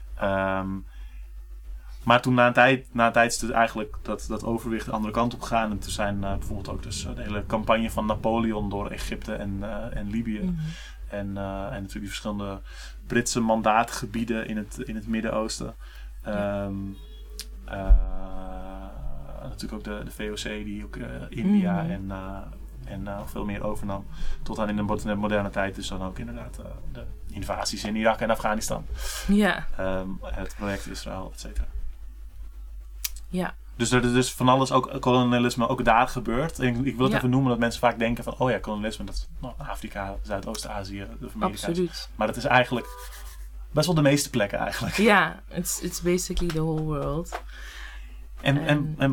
Maar toen na een tijd is het eigenlijk dat overwicht de andere kant op gegaan. En toen zijn bijvoorbeeld ook dus de hele campagne van Napoleon door Egypte en Libië. Mm-hmm. En natuurlijk die verschillende Britse mandaatgebieden in het Midden-Oosten. Natuurlijk ook de VOC die ook India en veel meer overnam. Tot aan in de moderne tijd dus dan ook inderdaad de invasies in Irak en Afghanistan. Ja. Het project Israël, et cetera. Ja. Dus er is dus van alles, ook kolonialisme, ook daar gebeurt. En ik wil het even noemen dat mensen vaak denken van... kolonialisme, dat is Afrika, Zuidoost-Azië, de Amerika's. Absoluut. Maar dat is eigenlijk best wel de meeste plekken eigenlijk. Ja, it's basically the whole world. En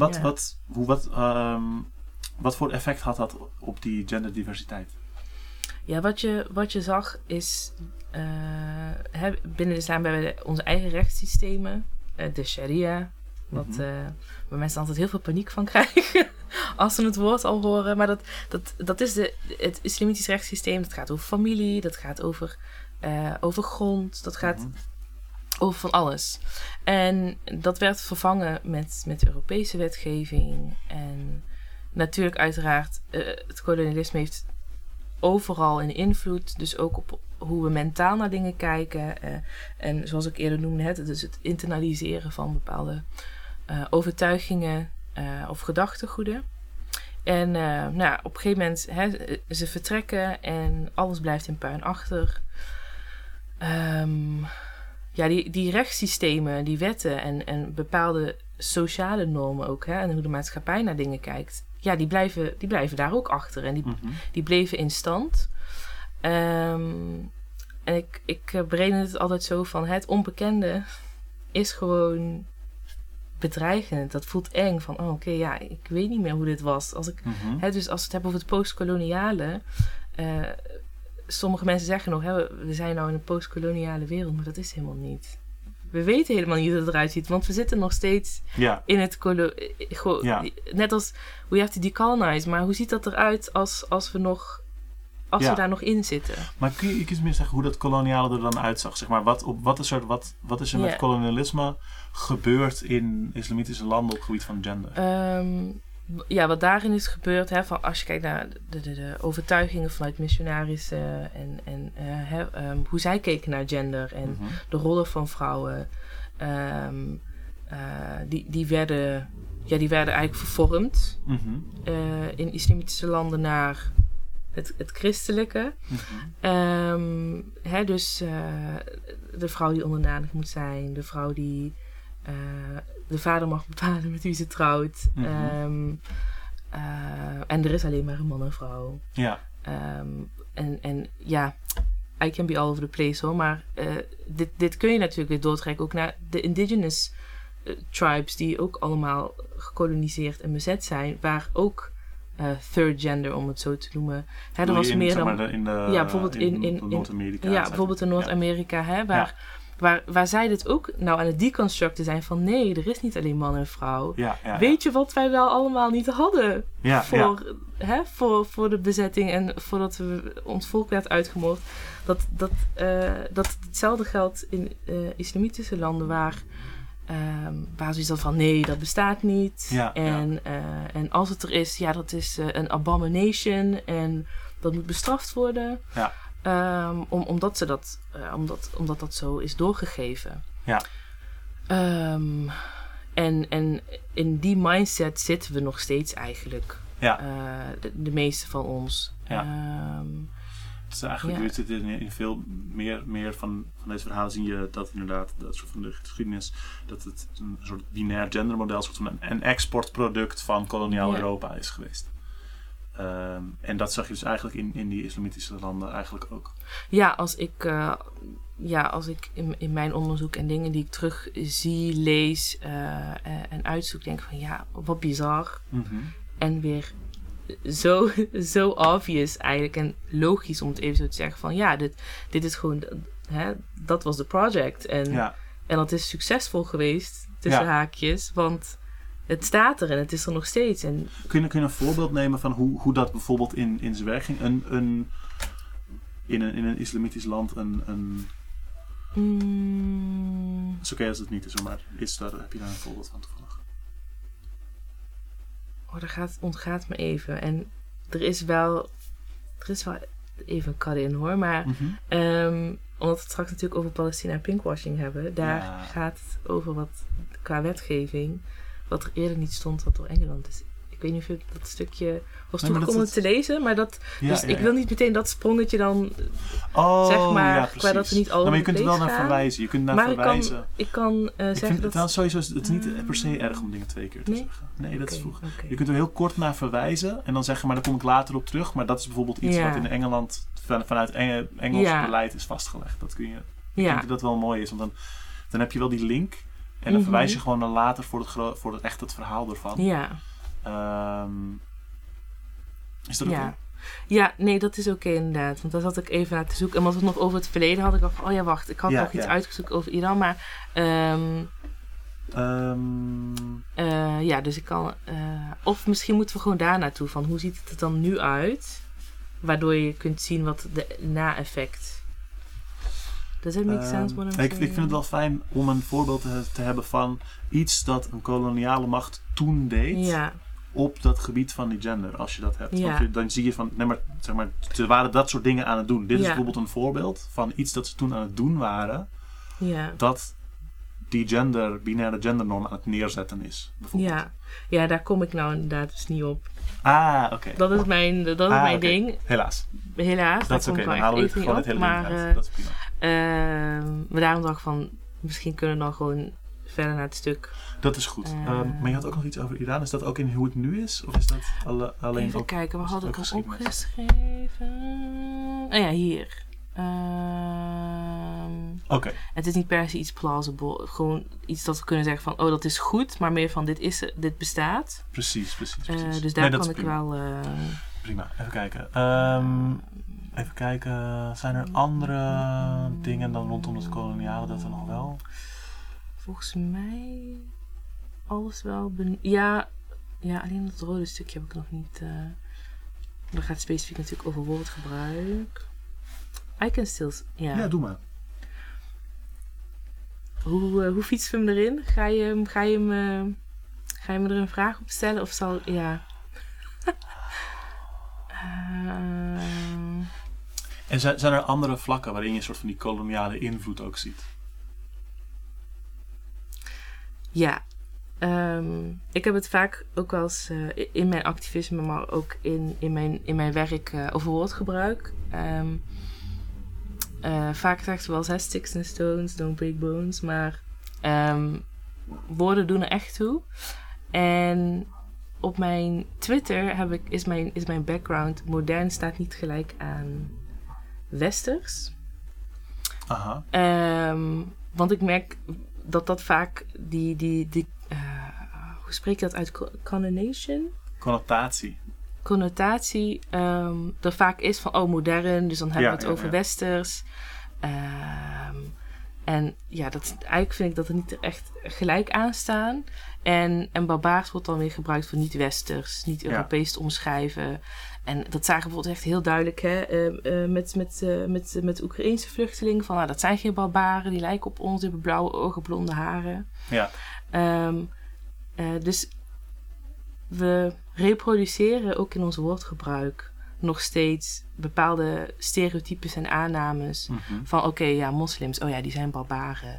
wat voor effect had dat op die genderdiversiteit? Ja, wat je zag is... binnen de islam hebben we onze eigen rechtssystemen. De sharia... waar mensen altijd heel veel paniek van krijgen als ze het woord al horen. Maar dat is het islamitisch rechtssysteem. Dat gaat over familie, dat gaat over grond, dat gaat over van alles. En dat werd vervangen met Europese wetgeving. En natuurlijk uiteraard, het kolonialisme heeft overal een invloed. Dus ook op hoe we mentaal naar dingen kijken. En zoals ik eerder noemde, dus het internaliseren van bepaalde overtuigingen of gedachtegoeden. En op een gegeven moment, ze vertrekken en alles blijft in puin achter. Die rechtssystemen, die wetten en bepaalde sociale normen ook, en hoe de maatschappij naar dingen kijkt, die blijven daar ook achter. En die bleven in stand. En ik bereden het altijd zo van, het onbekende is gewoon bedreigend. Dat voelt eng. Van, ik weet niet meer hoe dit was. Dus als we het hebben over het postkoloniale, sommige mensen zeggen nog, we zijn nou in een postkoloniale wereld, maar dat is helemaal niet. We weten helemaal niet hoe het eruit ziet, want we zitten nog steeds in het net als we have to decolonize, maar hoe ziet dat eruit als we daar nog in zitten? Maar kun je iets meer zeggen hoe dat koloniale er dan uitzag? Zeg maar, wat is er met kolonialisme gebeurd in islamitische landen op het gebied van gender? Wat daarin is gebeurd, van als je kijkt naar de overtuigingen vanuit missionarissen en hoe zij keken naar gender en de rollen van vrouwen, die werden eigenlijk vervormd in islamitische landen naar het christelijke. Dus de vrouw die onderdanig moet zijn, de vrouw die de vader mag bepalen met wie ze trouwt. En er is alleen maar een man en vrouw. Ja. En ja, I can be all over the place hoor. Maar dit kun je natuurlijk weer doortrekken ook naar de indigenous tribes die ook allemaal gekoloniseerd en bezet zijn. Waar ook third gender, om het zo te noemen. Hè, er was meer dan... bijvoorbeeld in Noord-Amerika. Ja, bijvoorbeeld in Noord-Amerika. Hè, waar zij dit ook nou aan het deconstructen zijn van nee, er is niet alleen man en vrouw. Weet je wat wij wel allemaal niet hadden voor de bezetting en voordat ons volk werd uitgemoord. Dat hetzelfde geldt in islamitische landen waar zoiets van nee, dat bestaat niet. En als het er is, dat is een abomination en dat moet bestraft worden. Ja. Omdat dat zo is doorgegeven. Ja. En in die mindset zitten we nog steeds eigenlijk. Ja. De meeste van ons. Ja. Het is eigenlijk in veel meer van deze verhalen zie je dat inderdaad dat soort van de geschiedenis, dat het een soort binair gendermodel, een soort van een exportproduct van koloniaal Europa is geweest. En dat zag je dus eigenlijk in die islamitische landen eigenlijk ook. Ja, als ik in mijn onderzoek en dingen die ik terug zie, lees en uitzoek, denk van wat bizar. Mm-hmm. En weer zo obvious eigenlijk en logisch om het even zo te zeggen van dit is gewoon, dat was de project. En dat is succesvol geweest, tussen haakjes, want het staat er en het is er nog steeds. En kun je een voorbeeld nemen van hoe dat bijvoorbeeld in zijn werk ging? In een islamitisch land het is oké als het niet is, maar heb je daar een voorbeeld van toevallig? Ontgaat me even. En er is wel even een cut in hoor, maar omdat we het straks natuurlijk over Palestina en pinkwashing hebben, daar gaat het over wat qua wetgeving, wat er eerder niet stond, wat door Engeland is. Ik weet niet of ik dat stukje was toegekomen te lezen, maar ik wil niet meteen dat sprongetje dan qua dat we niet al. Maar je kunt er wel naar verwijzen. Je kunt naar verwijzen. Ik kan zeggen dat. Het sowieso het is niet per se erg om dingen 2 keer te zeggen. Nee, dat is vroeg. Okay. Je kunt er heel kort naar verwijzen en dan zeggen, maar daar kom ik later op terug. Maar dat is bijvoorbeeld iets wat in Engeland vanuit Engels beleid is vastgelegd. Dat kun je. Ik denk dat dat wel mooi is, want dan heb je wel die link en dan verwijs je gewoon naar later voor het verhaal ervan. Ja. Is dat oké? Ja, nee, dat is oké inderdaad. Want daar zat ik even naar te zoeken. En als het nog over het verleden had, ik dacht van, wacht, ik had nog iets uitgezocht over Iran. Maar, dus ik kan... of misschien moeten we gewoon daar naartoe, van hoe ziet het er dan nu uit? Waardoor je kunt zien wat de na-effect... Does that make sense? Ik vind het wel fijn om een voorbeeld te hebben van iets dat een koloniale macht toen deed op dat gebied van die gender, als je dat hebt. Want dan zie je van, ze waren dat soort dingen aan het doen. Dit is bijvoorbeeld een voorbeeld van iets dat ze toen aan het doen waren, dat die binaire gendernorm aan het neerzetten is. Ja, daar kom ik nou inderdaad dus niet op. Oké. Dat is mijn ding. Helaas. Dat is oké. Dan halen we gewoon het hele ding uit. Dat is prima. Maar daarom dacht ik van, misschien kunnen we dan gewoon verder naar het stuk. Dat is goed. Maar je had ook nog iets over Iran. Is dat ook in hoe het nu is? Of is dat alleen even kijken, we hadden het opgeschreven. Hier. Oké. Het is niet per se iets plausible. Gewoon iets dat we kunnen zeggen van, dat is goed. Maar meer van, dit bestaat. Precies. Dus daar kan ik wel... Prima. Even kijken. Zijn er andere dingen dan rondom het koloniale dat er nog wel... Volgens mij alles wel... alleen dat rode stukje heb ik nog niet... dat gaat specifiek natuurlijk over woordgebruik. I can still... Ja, doe maar. Hoe fietsen we hem erin? Ga je me er een vraag op stellen? Of zal... Ja... En zijn er andere vlakken waarin je een soort van die koloniale invloed ook ziet? Ja. Ik heb het vaak ook wel eens in mijn activisme, maar ook in mijn werk over woordgebruik. Vaak zegt ze wel sticks and stones, don't break bones. Maar woorden doen er echt toe. En op mijn Twitter is mijn background modern staat niet gelijk aan westers. Aha. Want ik merk dat vaak hoe spreek je dat uit? Connotatie er vaak is van modern, dus dan hebben we het over westers. En ja, eigenlijk vind ik dat er niet echt gelijk aan staan. En barbaars wordt dan weer gebruikt voor niet-westers, niet-Europees te omschrijven. En dat zagen we bijvoorbeeld echt heel duidelijk met Oekraïense vluchtelingen. Van, dat zijn geen barbaren, die lijken op ons, die hebben blauwe ogen, blonde haren. Ja. Dus we reproduceren ook in ons woordgebruik nog steeds bepaalde stereotypes en aannames. Mm-hmm. Van moslims, die zijn barbaren.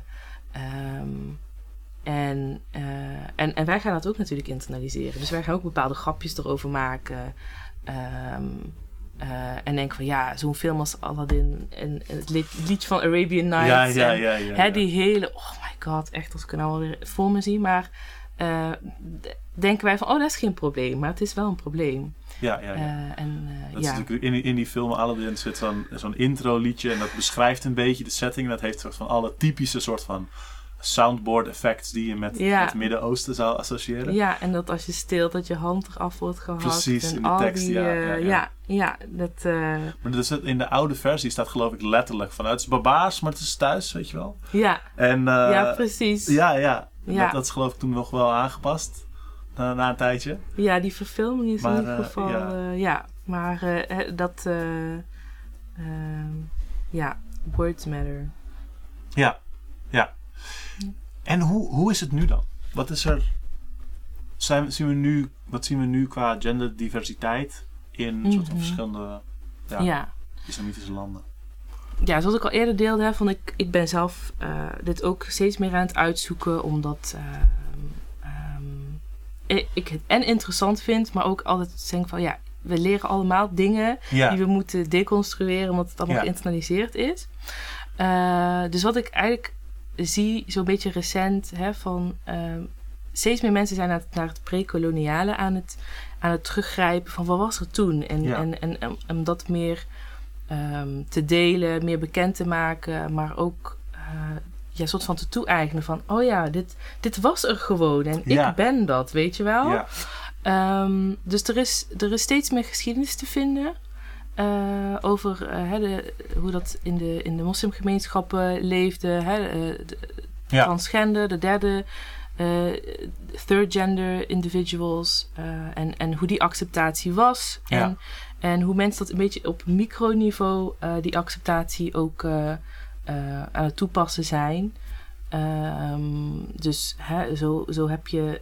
En wij gaan dat ook natuurlijk internaliseren. Dus wij gaan ook bepaalde grapjes erover maken. En denken van zo'n film als Aladdin en het liedje van Arabian Nights. Ja. Die hele, oh my god, echt als ik het nou alweer voor me zie. Maar denken wij van, dat is geen probleem. Maar het is wel een probleem. Ja. Dat is natuurlijk in die film Aladdin zit zo'n intro liedje. En dat beschrijft een beetje de setting. Dat heeft soort van alle typische soort van soundboard effects die je met het Midden-Oosten zou associëren. Ja, en dat als je steelt dat je hand eraf wordt gehakt. Precies, en in de tekst, dat... Maar dus in de oude versie staat geloof ik letterlijk van, het is barbaars, maar het is thuis, weet je wel. Ja, en, precies. Ja. Dat is geloof ik toen nog wel aangepast, na een tijdje. Ja, die verfilming is in ieder geval... maar words matter. Ja. En hoe is het nu dan? Wat is er... Wat zien we nu qua genderdiversiteit in soort van verschillende islamitische landen? Ja, zoals ik al eerder deelde, vond ik ben zelf dit ook steeds meer aan het uitzoeken, omdat ik het interessant vind, maar ook altijd denk van we leren allemaal dingen die we moeten deconstrueren, omdat het allemaal geïnternaliseerd is. Dus wat ik eigenlijk zie, zo'n beetje recent, van steeds meer mensen zijn naar het pre-koloniale aan het teruggrijpen van wat was er toen. En om dat meer te delen, meer bekend te maken, maar ook soort van te toe-eigenen van, dit was er gewoon en ik ben dat, weet je wel. Ja. Dus er is steeds meer geschiedenis te vinden over hoe dat in de moslimgemeenschappen leefde, transgender, de derde third gender individuals en hoe die acceptatie was en hoe mensen dat een beetje op microniveau die acceptatie ook aan het toepassen zijn. Dus zo heb je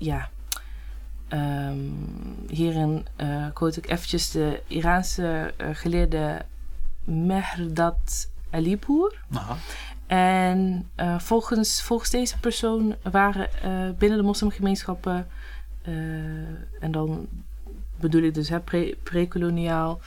hierin quote ik eventjes de Iraanse geleerde Mehrdad Alipour. Aha. En volgens deze persoon waren binnen de moslimgemeenschappen, en dan bedoel ik dus pre-koloniaal,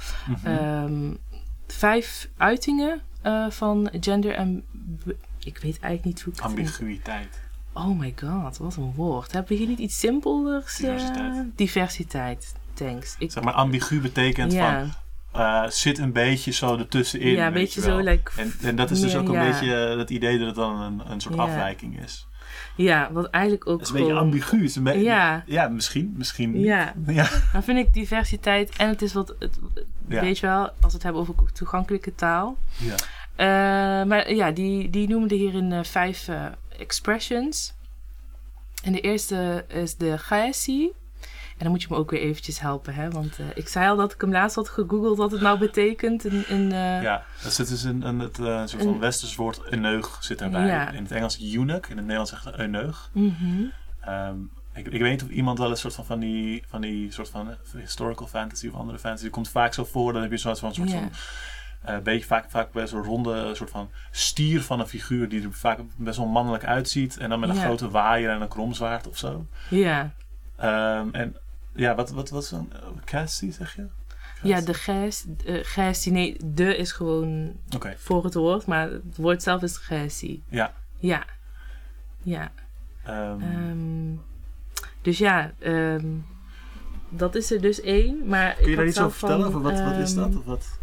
5 uitingen van gender en ik weet eigenlijk niet hoe ik het ambiguïteit. Oh my god, wat een woord. Hebben we hier niet iets simpelers? Diversiteit, thanks. Zeg maar ambigu betekent van zit een beetje zo ertussenin. Ja, een beetje zo. En dat is dus ook een beetje het idee dat het dan een soort afwijking is. Ja, wat eigenlijk ook. Het is een beetje ambigu. Is een ja, misschien. Ja. Dan vind ik diversiteit en het is wat. Weet je wel, als we het hebben over toegankelijke taal. Ja. Maar die noemde hierin 5 expressions. En de eerste is de Ghaesi. En dan moet je me ook weer eventjes helpen, hè? Want ik zei al dat ik hem laatst had gegoogeld wat het nou betekent. Ja, dat zit dus in het soort van westers woord euneug zit daarbij. Ja. In het Engels eunuch, in het Nederlands zegt het euneug. Mm-hmm. Ik weet niet of iemand wel een soort van die soort van historical fantasy of andere fantasy. Het komt vaak zo voor, dan heb je zo'n soort van beetje vaak bij zo'n ronde soort van stier van een figuur die er vaak best wel mannelijk uitziet. En dan met een grote waaier en een kromzwaard of zo. Ja. En ja, wat was een Ghaesi, zeg je? Ja, de Ghaesi. Nee, de is gewoon voor het woord, maar het woord zelf is Ghaesi. Ja. Ja. Dus ja, dat is er dus 1. Maar Kun je daar iets over vertellen? Over wat is dat? Of wat?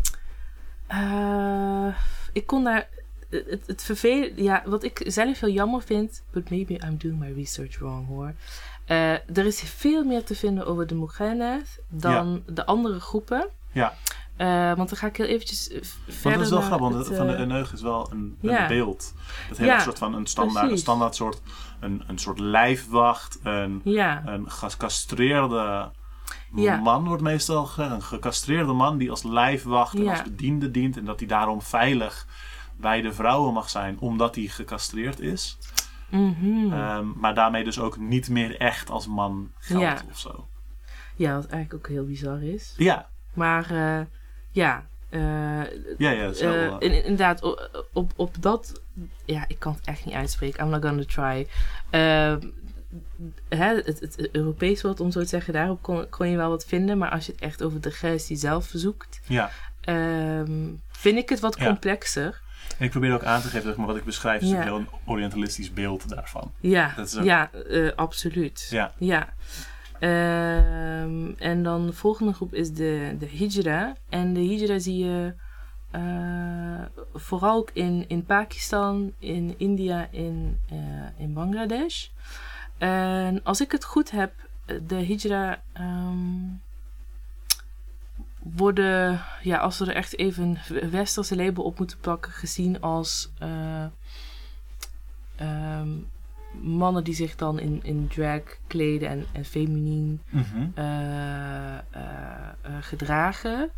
Ik kon daar... Het vervelend... Ja, wat ik zelf heel jammer vind... But maybe I'm doing my research wrong, hoor. Er is veel meer te vinden over de Mukhenath dan de andere groepen. Ja. Want dan ga ik heel eventjes verder. Want dat is wel grappig, want van de Eunuch is wel een beeld. Het heeft een soort van een standaard soort, een soort lijfwacht, een gecastreerde man wordt meestal gezegd. Een gecastreerde man die als lijfwacht en als bediende dient. En dat hij daarom veilig bij de vrouwen mag zijn, omdat hij gecastreerd is. Mm-hmm. Maar daarmee dus ook niet meer echt als man geldt of zo. Ja, wat eigenlijk ook heel bizar is. Ja. Maar inderdaad, op dat... Ja, ik kan het echt niet uitspreken. I'm not gonna try. Het Europees woord, om zo te zeggen, daarop kon je wel wat vinden. Maar als je het echt over de Grestie zelf zoekt, vind ik het wat complexer. En ik probeer ook aan te geven, zeg maar, wat ik beschrijf, is een heel orientalistisch beeld daarvan. Absoluut. Ja. En dan de volgende groep is de Hijra. En de Hijra zie je vooral ook in Pakistan, in India, in Bangladesh. En als ik het goed heb, de Hijra worden, als we er echt even een westerse label op moeten plakken, gezien als mannen die zich dan in drag kleden en feminien gedragen.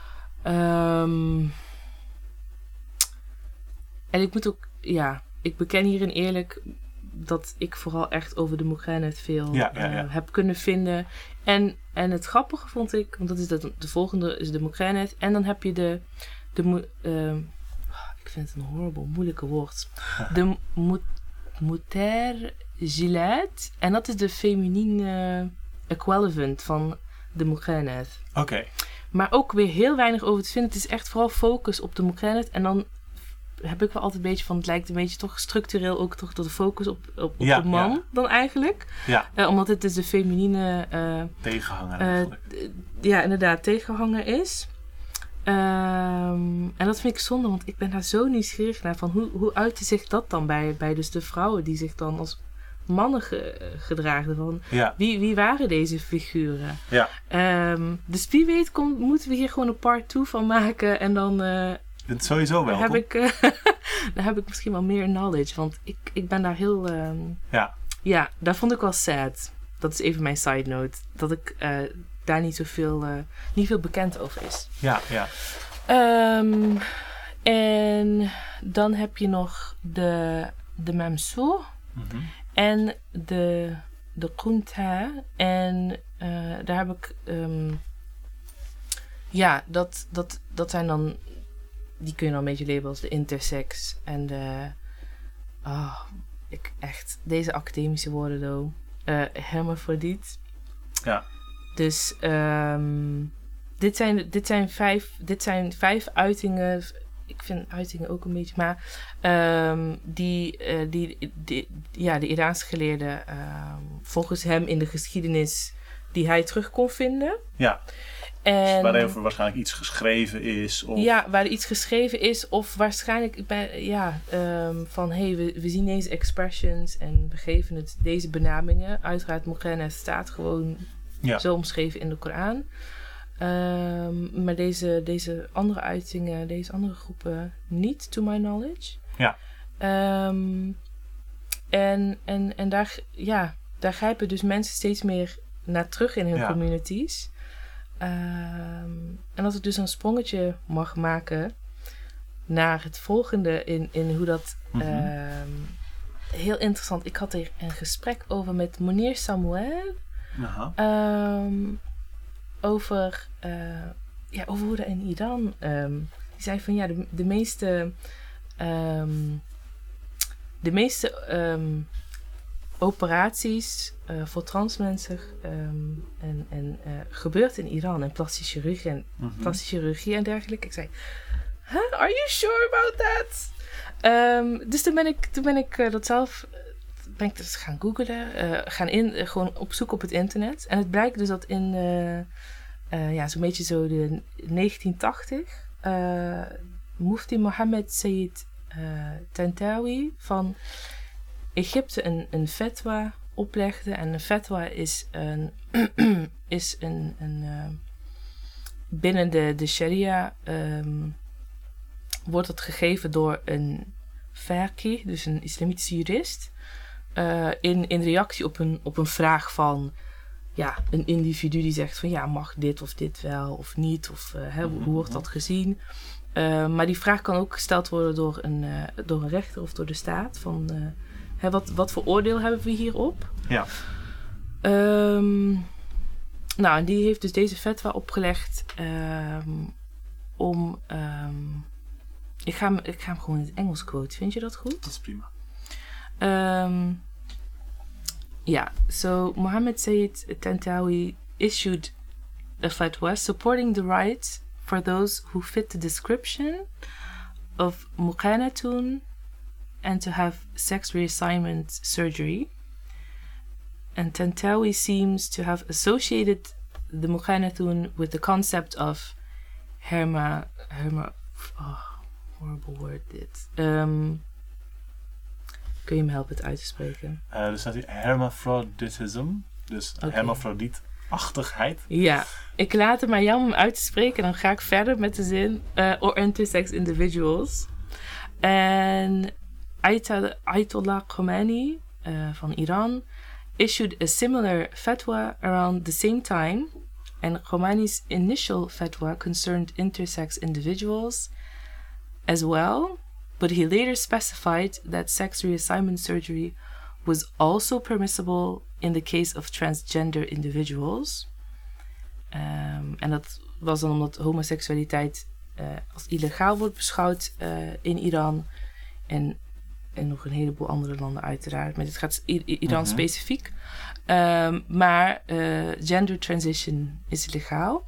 En ik moet ook, ik beken hierin eerlijk dat ik vooral echt over de Mukhenath veel heb kunnen vinden. En het grappige vond ik, want dat is de volgende, is de Mukhenath. En dan heb je ik vind het een moeilijke woord. De Mutterzilat. En dat is de feminine equivalent van de Mukhenath. Oké. Maar ook weer heel weinig over te vinden. Het is echt vooral focus op de Mukhenath. En dan heb ik wel altijd een beetje van... Het lijkt een beetje toch structureel ook toch tot de focus op de man dan eigenlijk. Ja. Omdat het dus de feminine... tegenhanger eigenlijk. Inderdaad, tegenhanger is. En dat vind ik zonde, want ik ben daar zo nieuwsgierig naar van hoe uitte zich dat dan bij dus de vrouwen die zich dan als mannen gedragen van wie waren deze figuren? Ja. Dus wie weet moeten we hier gewoon een part 2 van maken en dan het sowieso wel. Dan heb ik misschien wel meer knowledge, want ik ben daar heel daar vond ik wel sad. Dat is even mijn side note, dat ik daar niet veel bekend over is. Ja. En dan heb je nog de Mamsou en de Kuntha. En daar heb ik... dat zijn dan... Die kun je dan een beetje labelen als de intersex. En de... Deze academische woorden, though. Hermafrodiet. Ja. Dus dit zijn 5 uitingen. Ik vind uitingen ook een beetje, maar de Iraanse geleerde volgens hem in de geschiedenis die hij terug kon vinden. Ja. En, waarover waarschijnlijk iets geschreven is. Of... Ja, waar er iets geschreven is. Of waarschijnlijk van we zien deze expressions en we geven het deze benamingen. Uiteraard Mukhenath staat gewoon zo omschreven in de Koran. Maar deze andere uitingen, deze andere groepen niet, to my knowledge. Ja. En daar grijpen dus mensen steeds meer naar terug in hun communities. En als ik dus een sprongetje mag maken naar het volgende in hoe dat... heel interessant. Ik had er een gesprek over met Monir Samuel. Over hoe dat in Iran... die zei van de meeste operaties voor transmensen gebeurt in Iran en plastische chirurgie en dergelijke. Ik zei, are you sure about that? Dus toen ben ik dat zelf ben ik dus gaan googlen, gewoon op zoek op het internet. En het blijkt dus dat in zo'n beetje zo de 1980... Mufti Mohammed Said Tantawi van Egypte een fatwa oplegde. En een fatwa is binnen de sharia wordt het gegeven door een faqih, dus een islamitische jurist, in reactie op een vraag van een individu die zegt van mag dit of dit wel of niet, of hoe wordt dat gezien. Maar die vraag kan ook gesteld worden door een rechter of door de staat. Van, wat voor oordeel hebben we hierop? Ja. En die heeft dus deze fatwa opgelegd om... Ik ga hem gewoon in het Engels quote. Vind je dat goed? Dat is prima. So Mohammed Said Tantawi issued a fatwa supporting the right for those who fit the description of muqanatun and to have sex reassignment surgery. And Tantawi seems to have associated the muqanatun with the concept of horrible word dit. Kun je me helpen het uit te spreken? Er staat hier hermaphroditism, dus hermafrodietachtigheid. Ja, ik laat het maar jou om uit te spreken. Dan ga ik verder met de zin or intersex individuals. En Ayatollah Khomeini van Iran issued a similar fatwa around the same time. And Khomeini's initial fatwa concerned intersex individuals as well. But he later specified that sex reassignment surgery was also permissible in the case of transgender individuals. En dat was dan omdat homoseksualiteit als illegaal wordt beschouwd in Iran. En nog een heleboel andere landen uiteraard. Maar dit gaat Iran specifiek. Maar gender transition is legaal.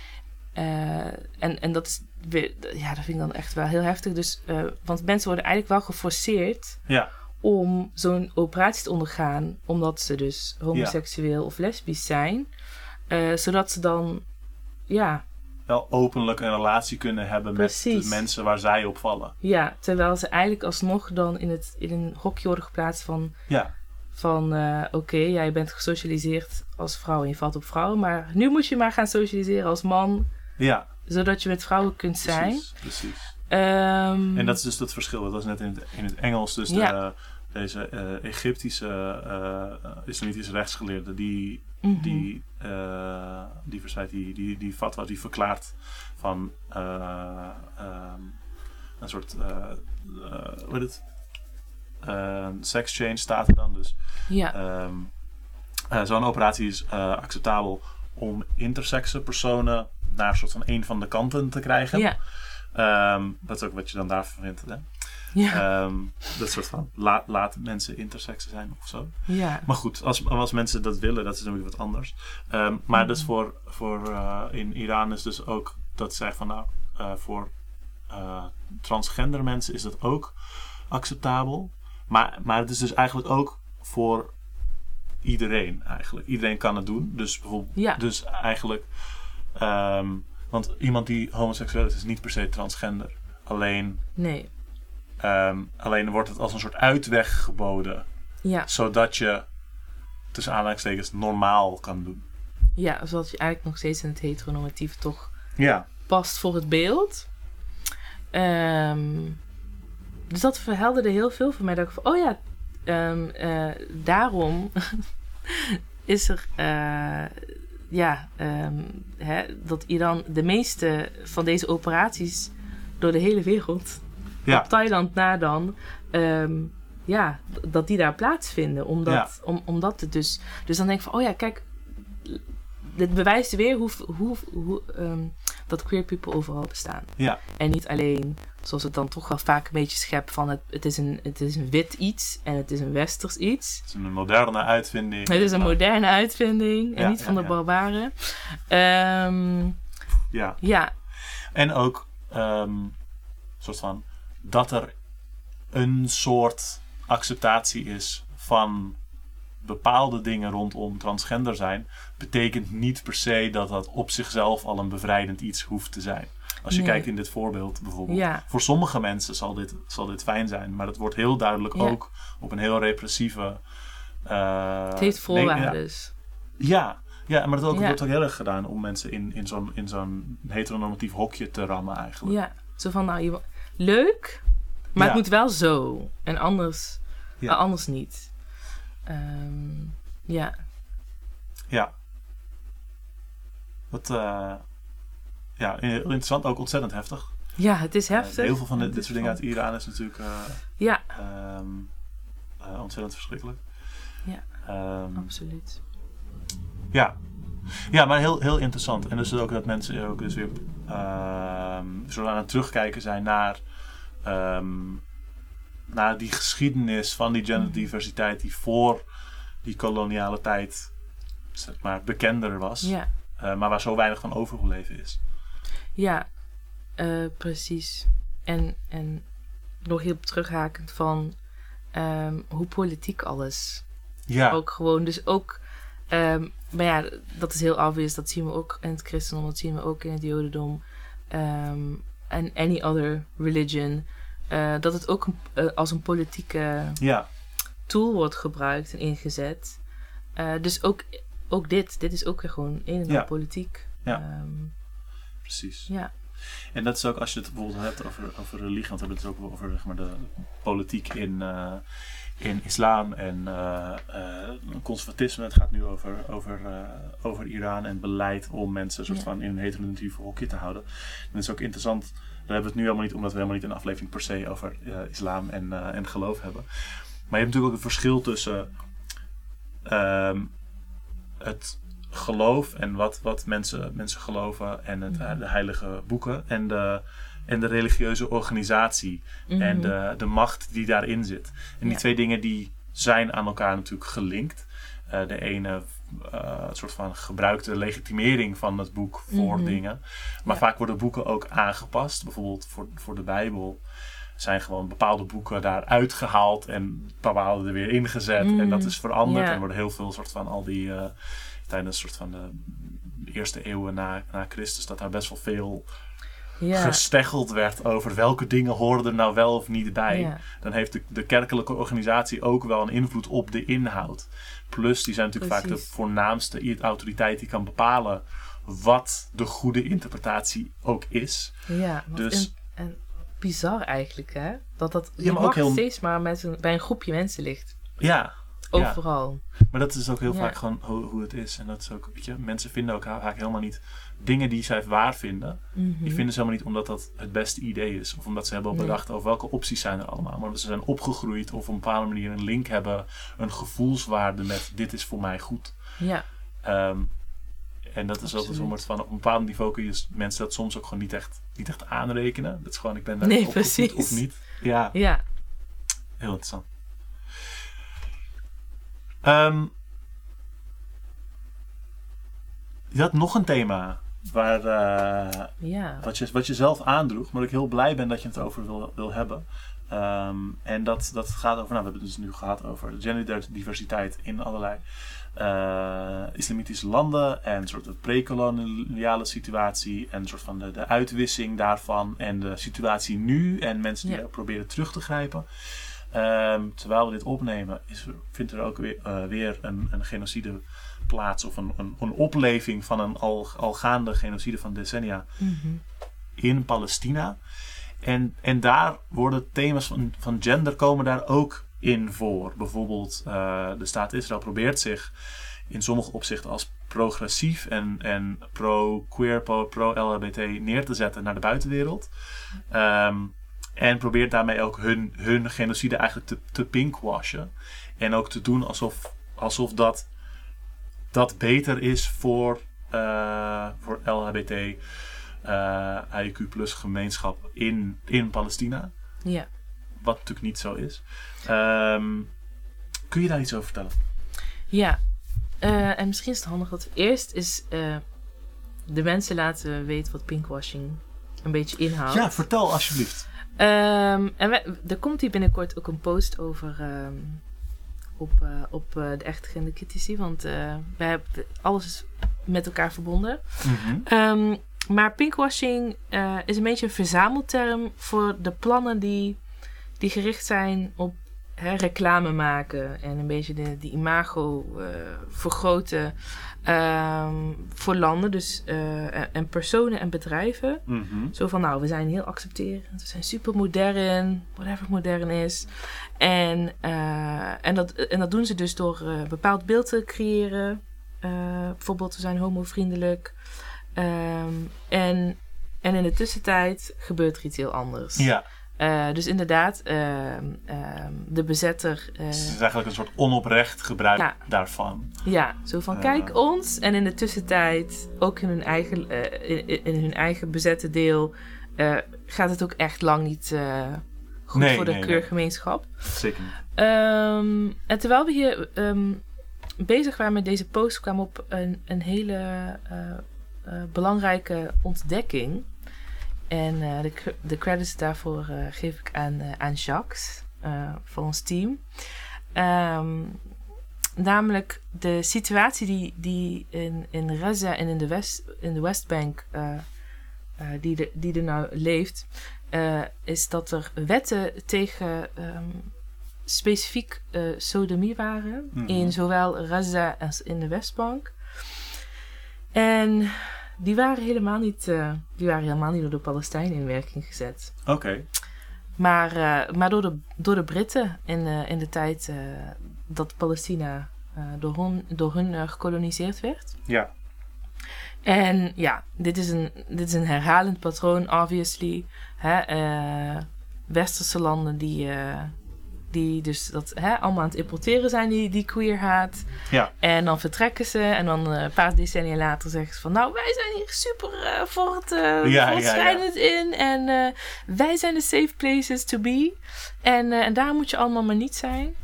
En dat is weer, dat vind ik dan echt wel heel heftig. Dus, want mensen worden eigenlijk wel geforceerd om zo'n operatie te ondergaan, omdat ze dus homoseksueel of lesbisch zijn. Zodat ze dan wel openlijk een relatie kunnen hebben met de mensen waar zij op vallen. Ja, terwijl ze eigenlijk alsnog dan in een hokje worden geplaatst van oké, jij bent gesocialiseerd als vrouw en je valt op vrouwen, maar nu moet je maar gaan socialiseren als man. Ja. Zodat je met vrouwen kunt zijn. Precies. En dat is dus het verschil. Dat was net in het Engels. Dus deze Egyptische islamitische rechtsgeleerde die verzwijt, die fatwa, die verklaart van een soort hoe heet het? Sex change staat er dan dus. Zo'n operatie is acceptabel om intersexe personen naar een soort van een van de kanten te krijgen. Dat is ook wat je dan daarvan vindt. Hè? Dat soort van laat mensen intersexe zijn of zo. Maar goed, als mensen dat willen, dat is natuurlijk wat anders. Maar dus voor in Iran is dus ook dat zij van voor transgender mensen is dat ook acceptabel. Maar het is dus eigenlijk ook voor iedereen eigenlijk. Iedereen kan het doen. Dus bijvoorbeeld, dus eigenlijk, want iemand die homoseksueel is niet per se transgender. Alleen wordt het als een soort uitweg geboden. Zodat je tussen aanhalingstekens normaal kan doen. Ja, zodat je eigenlijk nog steeds in het heteronormatieve toch past voor het beeld. Dus dat verhelderde heel veel voor mij. Dat ik van, daarom is er dat Iran de meeste van deze operaties door de hele wereld, op Thailand na dan, dat die daar plaatsvinden. Omdat het dus dan denk ik van, kijk, dit bewijst weer hoe dat queer people overal bestaan. En niet alleen, zoals het dan toch wel vaak een beetje schept van het is een wit iets en het is een westers iets. Het is een moderne uitvinding. Het is een moderne uitvinding en niet van de barbaren. En ook soort van dat er een soort acceptatie is van bepaalde dingen rondom transgender zijn, betekent niet per se dat dat op zichzelf al een bevrijdend iets hoeft te zijn. Als je kijkt in dit voorbeeld bijvoorbeeld. Ja. Voor sommige mensen zal dit fijn zijn, maar dat wordt heel duidelijk ook op een heel repressieve... het heeft voorwaarden. Ja, maar dat wordt ook heel erg gedaan om mensen in zo'n heteronormatief hokje te rammen eigenlijk. Ja, zo van leuk, maar het moet wel zo. En anders niet. Ja. Wat, heel interessant, ook ontzettend heftig. Ja, het is heftig. Heel veel van dit soort dingen uit Iran is natuurlijk ontzettend verschrikkelijk. Ja, absoluut. Ja, maar heel, heel interessant. En dus ook dat mensen ook dus weer zo aan het terugkijken zijn naar die geschiedenis van die genderdiversiteit die voor die koloniale tijd, zeg maar, bekender was. Ja. Maar waar zo weinig van overgebleven is. Ja, precies. En nog heel terughakend van hoe politiek alles. Ja. Ook gewoon, dus ook... maar ja, dat is heel obvious. Dat zien we ook in het christendom. Dat zien we ook in het jodendom. En any other religion. Dat het ook als een politieke tool wordt gebruikt en ingezet. Dus ook dit is ook weer gewoon een en al politiek. Ja, precies. Ja. En dat is ook als je het bijvoorbeeld hebt over religie, want we hebben het ook over zeg maar, de politiek in islam en conservatisme. Het gaat nu over Iran en beleid om mensen soort van in een heteronormatief hokje te houden. En dat is ook interessant. Daar hebben we het nu helemaal niet, omdat we helemaal niet een aflevering per se over islam en geloof hebben. Maar je hebt natuurlijk ook het verschil tussen het geloof en wat mensen geloven en de heilige boeken en de religieuze organisatie en de macht die daarin zit. En die twee dingen die zijn aan elkaar natuurlijk gelinkt. De ene soort van gebruikte legitimering van het boek voor dingen. Maar vaak worden boeken ook aangepast. Bijvoorbeeld voor de Bijbel zijn gewoon bepaalde boeken daaruit gehaald en bepaalde er weer ingezet. En dat is veranderd. En worden heel veel soort van al die... tijdens soort van de eerste eeuwen na Christus, dat daar best wel veel gesteggeld werd over welke dingen horen er nou wel of niet bij. Ja. Dan heeft de kerkelijke organisatie ook wel een invloed op de inhoud. Plus, die zijn natuurlijk vaak de voornaamste autoriteit die kan bepalen wat de goede interpretatie ook is. Ja, dus en bizar eigenlijk, hè? Dat je mag ook steeds maar bij een groepje mensen ligt. Ja. Overal. Ja. Maar dat is ook heel vaak gewoon hoe het is. En dat is ook, weet je, mensen vinden ook vaak helemaal niet dingen die zij waar vinden. Die vinden ze helemaal niet omdat dat het beste idee is. Of omdat ze hebben bedacht over welke opties zijn er allemaal. Maar omdat ze zijn opgegroeid of op een bepaalde manier een link hebben. Een gevoelswaarde met dit is voor mij goed. Ja. En dat is ook een soort van op een bepaald niveau kun je mensen dat soms ook gewoon niet echt aanrekenen. Dat is gewoon ik ben daar opgevoed of niet. Ja. Heel interessant. Je had nog een thema wat je zelf aandroeg, maar ik heel blij ben dat je het over wil hebben. En dat gaat over, we hebben het dus nu gehad over genderdiversiteit in allerlei islamitische landen en een soort van pre-koloniale situatie en een soort van de uitwissing daarvan en de situatie nu en mensen die proberen terug te grijpen. Terwijl we dit opnemen, vindt er ook weer een genocide plaats of een opleving van een al gaande genocide van decennia in Palestina. En daar worden thema's van gender komen daar ook in voor. Bijvoorbeeld de staat Israël probeert zich in sommige opzichten als progressief en pro-queer, pro-LHBT neer te zetten naar de buitenwereld. En probeert daarmee ook hun genocide eigenlijk te pinkwashen. En ook te doen alsof dat beter is voor LHBT, IQ plus gemeenschap in Palestina. Ja. Wat natuurlijk niet zo is. Kun je daar iets over vertellen? Ja. En misschien is het handig dat we eerst de mensen laten weten wat pinkwashing een beetje inhoudt. Ja, vertel alsjeblieft. En er komt hier binnenkort ook een post over op de echte gendercritici. Want wij hebben alles met elkaar verbonden. Mhm. Maar pinkwashing is een beetje een verzamelterm voor de plannen die gericht zijn op reclame maken. En een beetje die imago vergroten voor landen. Dus, en personen en bedrijven. Mhm. Zo van, we zijn heel accepterend. We zijn super modern. Whatever modern is. En dat doen ze dus door een bepaald beeld te creëren. Bijvoorbeeld, we zijn homovriendelijk. En in de tussentijd gebeurt er iets heel anders. Ja. Dus inderdaad, de bezetter... Het is eigenlijk een soort onoprecht gebruik daarvan. Ja, zo van kijk ons. En in de tussentijd, ook in hun eigen bezette deel... gaat het ook echt lang niet goed voor de queergemeenschap. Zeker niet. En terwijl we hier bezig waren met deze post... kwamen we op een hele belangrijke ontdekking... En de credits daarvoor geef ik aan Jacques van ons team. Namelijk de situatie die in Gaza en in de Westbank die er nou leeft, is dat er wetten tegen specifiek sodomie waren in zowel Gaza als in de Westbank. En die waren helemaal niet door de Palestijnen in werking gezet. Oké. Maar door de Britten in de tijd dat Palestina door hun gekoloniseerd werd. Ja. En ja, dit is een herhalend patroon, obviously. Westerse landen die dus dat allemaal aan het importeren zijn, die queerhaat. Ja. En dan vertrekken ze en dan een paar decennia later zeggen ze van... Nou, wij zijn hier super voor het strijdend in. En wij zijn de safe places to be. En daar moet je allemaal maar niet zijn.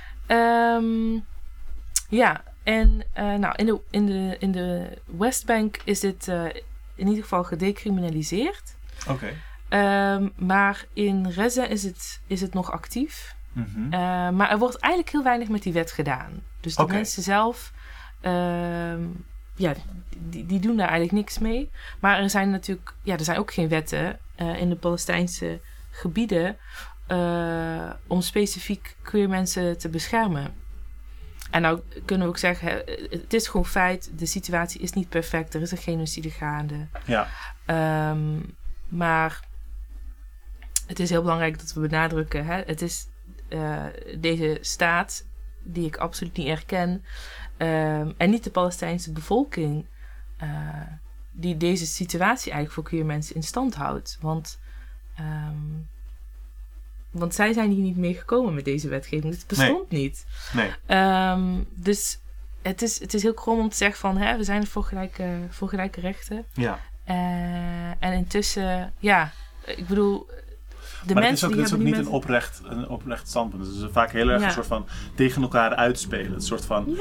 In de Westbank is dit in ieder geval gedecriminaliseerd. Oké. Maar in Gaza is het nog actief. Mm-hmm. Maar er wordt eigenlijk heel weinig met die wet gedaan. Dus de mensen zelf, die doen daar eigenlijk niks mee. Maar er zijn natuurlijk, er zijn ook geen wetten in de Palestijnse gebieden om specifiek queer mensen te beschermen. En nou kunnen we ook zeggen, het is gewoon feit, de situatie is niet perfect, er is een genocide gaande. Ja. Maar het is heel belangrijk dat we benadrukken, het is deze staat, die ik absoluut niet erken, en niet de Palestijnse bevolking, die deze situatie eigenlijk voor queer mensen in stand houdt. Want zij zijn hier niet mee gekomen met deze wetgeving. Het bestond niet. Nee. Dus het is heel krom om te zeggen van... we zijn er voor gelijke rechten. Ja. En intussen... ik bedoel... Maar het is ook niet een oprecht standpunt. Het is vaak heel erg een soort van tegen elkaar uitspelen. Het soort van...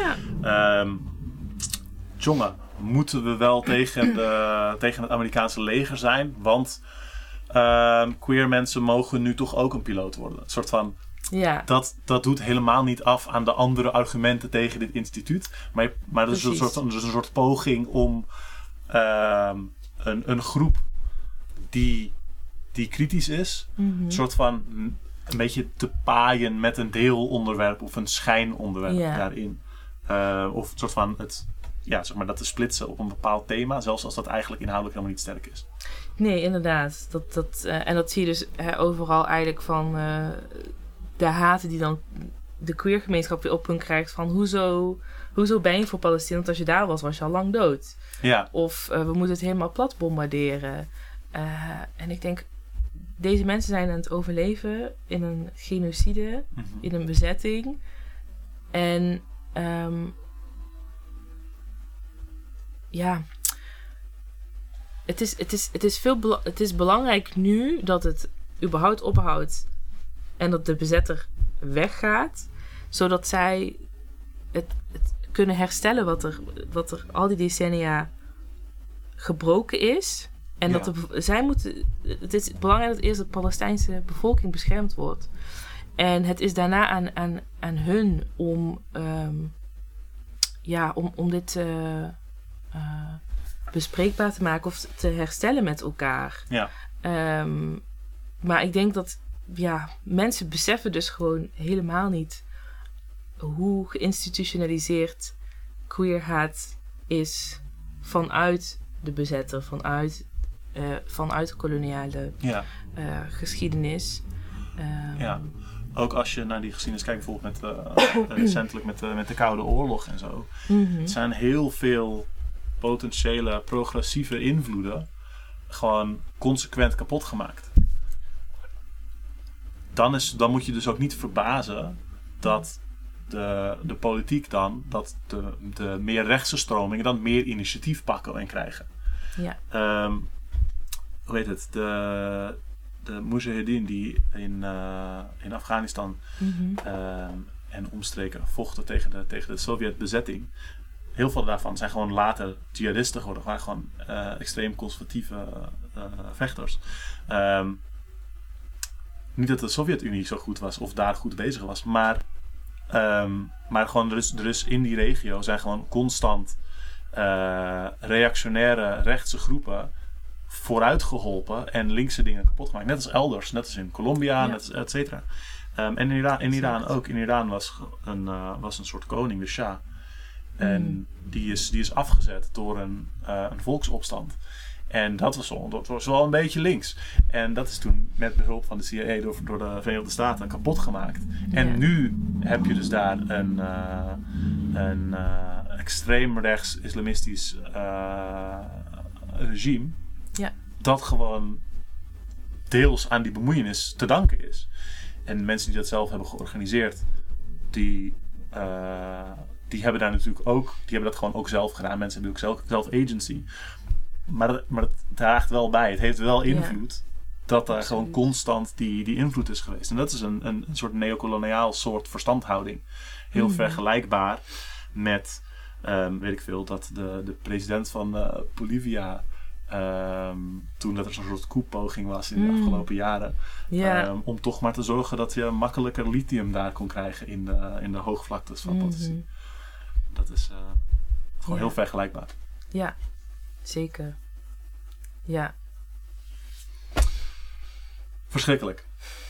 jongen, moeten we wel tegen het Amerikaanse leger zijn? Want... queer mensen mogen nu toch ook een piloot worden. Een soort van... Ja. Dat doet helemaal niet af aan de andere argumenten tegen dit instituut. Maar dat is een soort poging om een groep die kritisch is... een soort van een beetje te paaien met een deelonderwerp of een schijnonderwerp daarin. Of een soort van dat te splitsen op een bepaald thema... zelfs als dat eigenlijk inhoudelijk helemaal niet sterk is. Nee, inderdaad. En dat zie je dus overal eigenlijk van de haten die dan de queergemeenschap weer op hun krijgt. Van hoezo ben je voor Palestina? Want als je daar was je al lang dood. Ja. Of we moeten het helemaal plat bombarderen. En ik denk, deze mensen zijn aan het overleven in een genocide, in een bezetting. En Het is belangrijk nu dat het überhaupt ophoudt en dat de bezetter weggaat, zodat zij het kunnen herstellen wat er al die decennia gebroken is. En het is belangrijk dat eerst de Palestijnse bevolking beschermd wordt. En het is daarna aan hun om dit bespreekbaar te maken of te herstellen met elkaar. Ja. Maar ik denk dat mensen beseffen dus gewoon helemaal niet hoe geïnstitutionaliseerd queerhaat is vanuit de bezetter, vanuit de koloniale geschiedenis. Ja. Ook als je naar die geschiedenis kijkt, bijvoorbeeld recentelijk met de Koude Oorlog en zo. Mm-hmm. Het zijn heel veel potentiële progressieve invloeden gewoon consequent kapot gemaakt. Dan moet je dus ook niet verbazen dat de politiek dan, dat de meer rechtse stromingen dan meer initiatief pakken en krijgen. Ja. Hoe heet het? De Mujahedin die in Afghanistan en omstreken vochten tegen de Sovjet-bezetting. Heel veel daarvan zijn gewoon later jihadisten geworden. Waren gewoon extreem conservatieve vechters. Niet dat de Sovjet-Unie zo goed was of daar goed bezig was. Maar gewoon er is in die regio zijn gewoon constant reactionaire rechtse groepen vooruit geholpen en linkse dingen kapot gemaakt. Net als elders, net als in Colombia, net als et cetera. En in Iran ook. In Iran was een soort koning, de Shah. En die is afgezet door een volksopstand. En dat was wel een beetje links. En dat is toen met behulp van de CIA door de Verenigde Staten kapot gemaakt. En nu heb je dus daar een extreem rechts islamistisch regime. Ja. Dat gewoon deels aan die bemoeienis te danken is. En mensen die dat zelf hebben georganiseerd, die hebben daar natuurlijk ook, die hebben dat gewoon ook zelf gedaan. Mensen hebben ook zelf agency. Maar het draagt wel bij. Het heeft wel invloed dat daar gewoon constant die invloed is geweest. En dat is een soort neocoloniaal soort verstandhouding. Heel vergelijkbaar met, weet ik veel, dat de president van Bolivia, toen dat er zo'n soort koepoging was in de afgelopen jaren, om toch maar te zorgen dat je makkelijker lithium daar kon krijgen in de hoogvlaktes van Potosí. Dat is gewoon heel vergelijkbaar. Ja, zeker. Ja. Verschrikkelijk.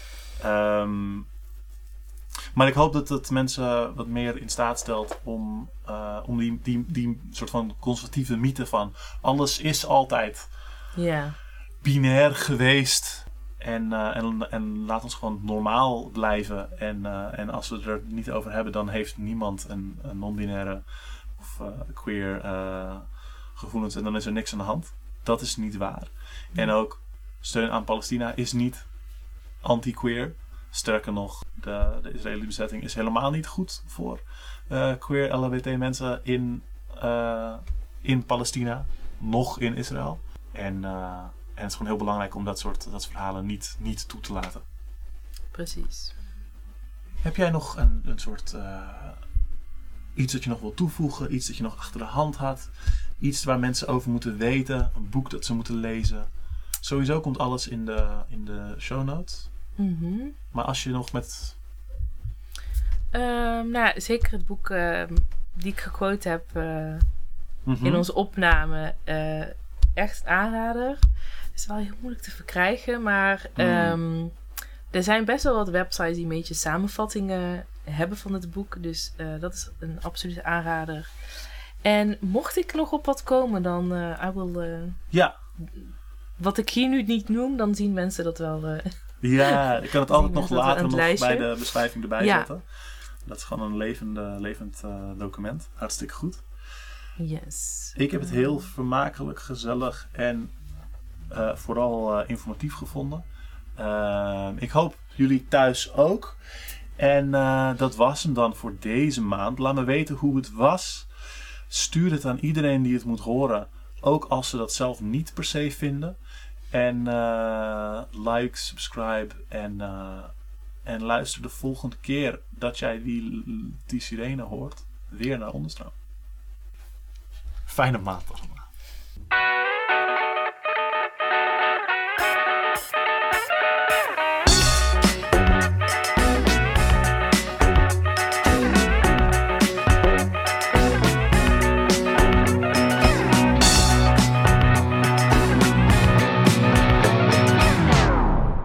Maar ik hoop dat het mensen wat meer in staat stelt om die soort van conservatieve mythe van alles is altijd binair geweest. En laat ons gewoon normaal blijven. En als we het er niet over hebben, dan heeft niemand een non-binaire of queer gevoelens. En dan is er niks aan de hand. Dat is niet waar. En ook steun aan Palestina is niet anti-queer. Sterker nog, de Israëlische bezetting is helemaal niet goed voor queer LHBT mensen in Palestina. Nog in Israël. En het is gewoon heel belangrijk om dat soort verhalen niet toe te laten. Precies. Heb jij nog een soort iets dat je nog wil toevoegen? Iets dat je nog achter de hand had? Iets waar mensen over moeten weten? Een boek dat ze moeten lezen? Sowieso komt alles in de show notes. Maar als je nog met... zeker het boek die ik gequote heb in onze opname. Echt aanrader. Het is wel heel moeilijk te verkrijgen, maar er zijn best wel wat websites die een beetje samenvattingen hebben van het boek. Dus dat is een absolute aanrader. En mocht ik nog op wat komen, dan I will... Wat ik hier nu niet noem, dan zien mensen dat wel... Ja, ik kan het altijd nog later bij de beschrijving erbij zetten. Dat is gewoon een levend document. Hartstikke goed. Yes. Ik heb het heel vermakelijk, gezellig en vooral informatief gevonden. Ik hoop jullie thuis ook. En dat was hem dan voor deze maand. Laat me weten hoe het was. Stuur het aan iedereen die het moet horen. Ook als ze dat zelf niet per se vinden. En like, subscribe en luister de volgende keer dat jij die sirene hoort weer naar Onderstroom. Fijne maand allemaal.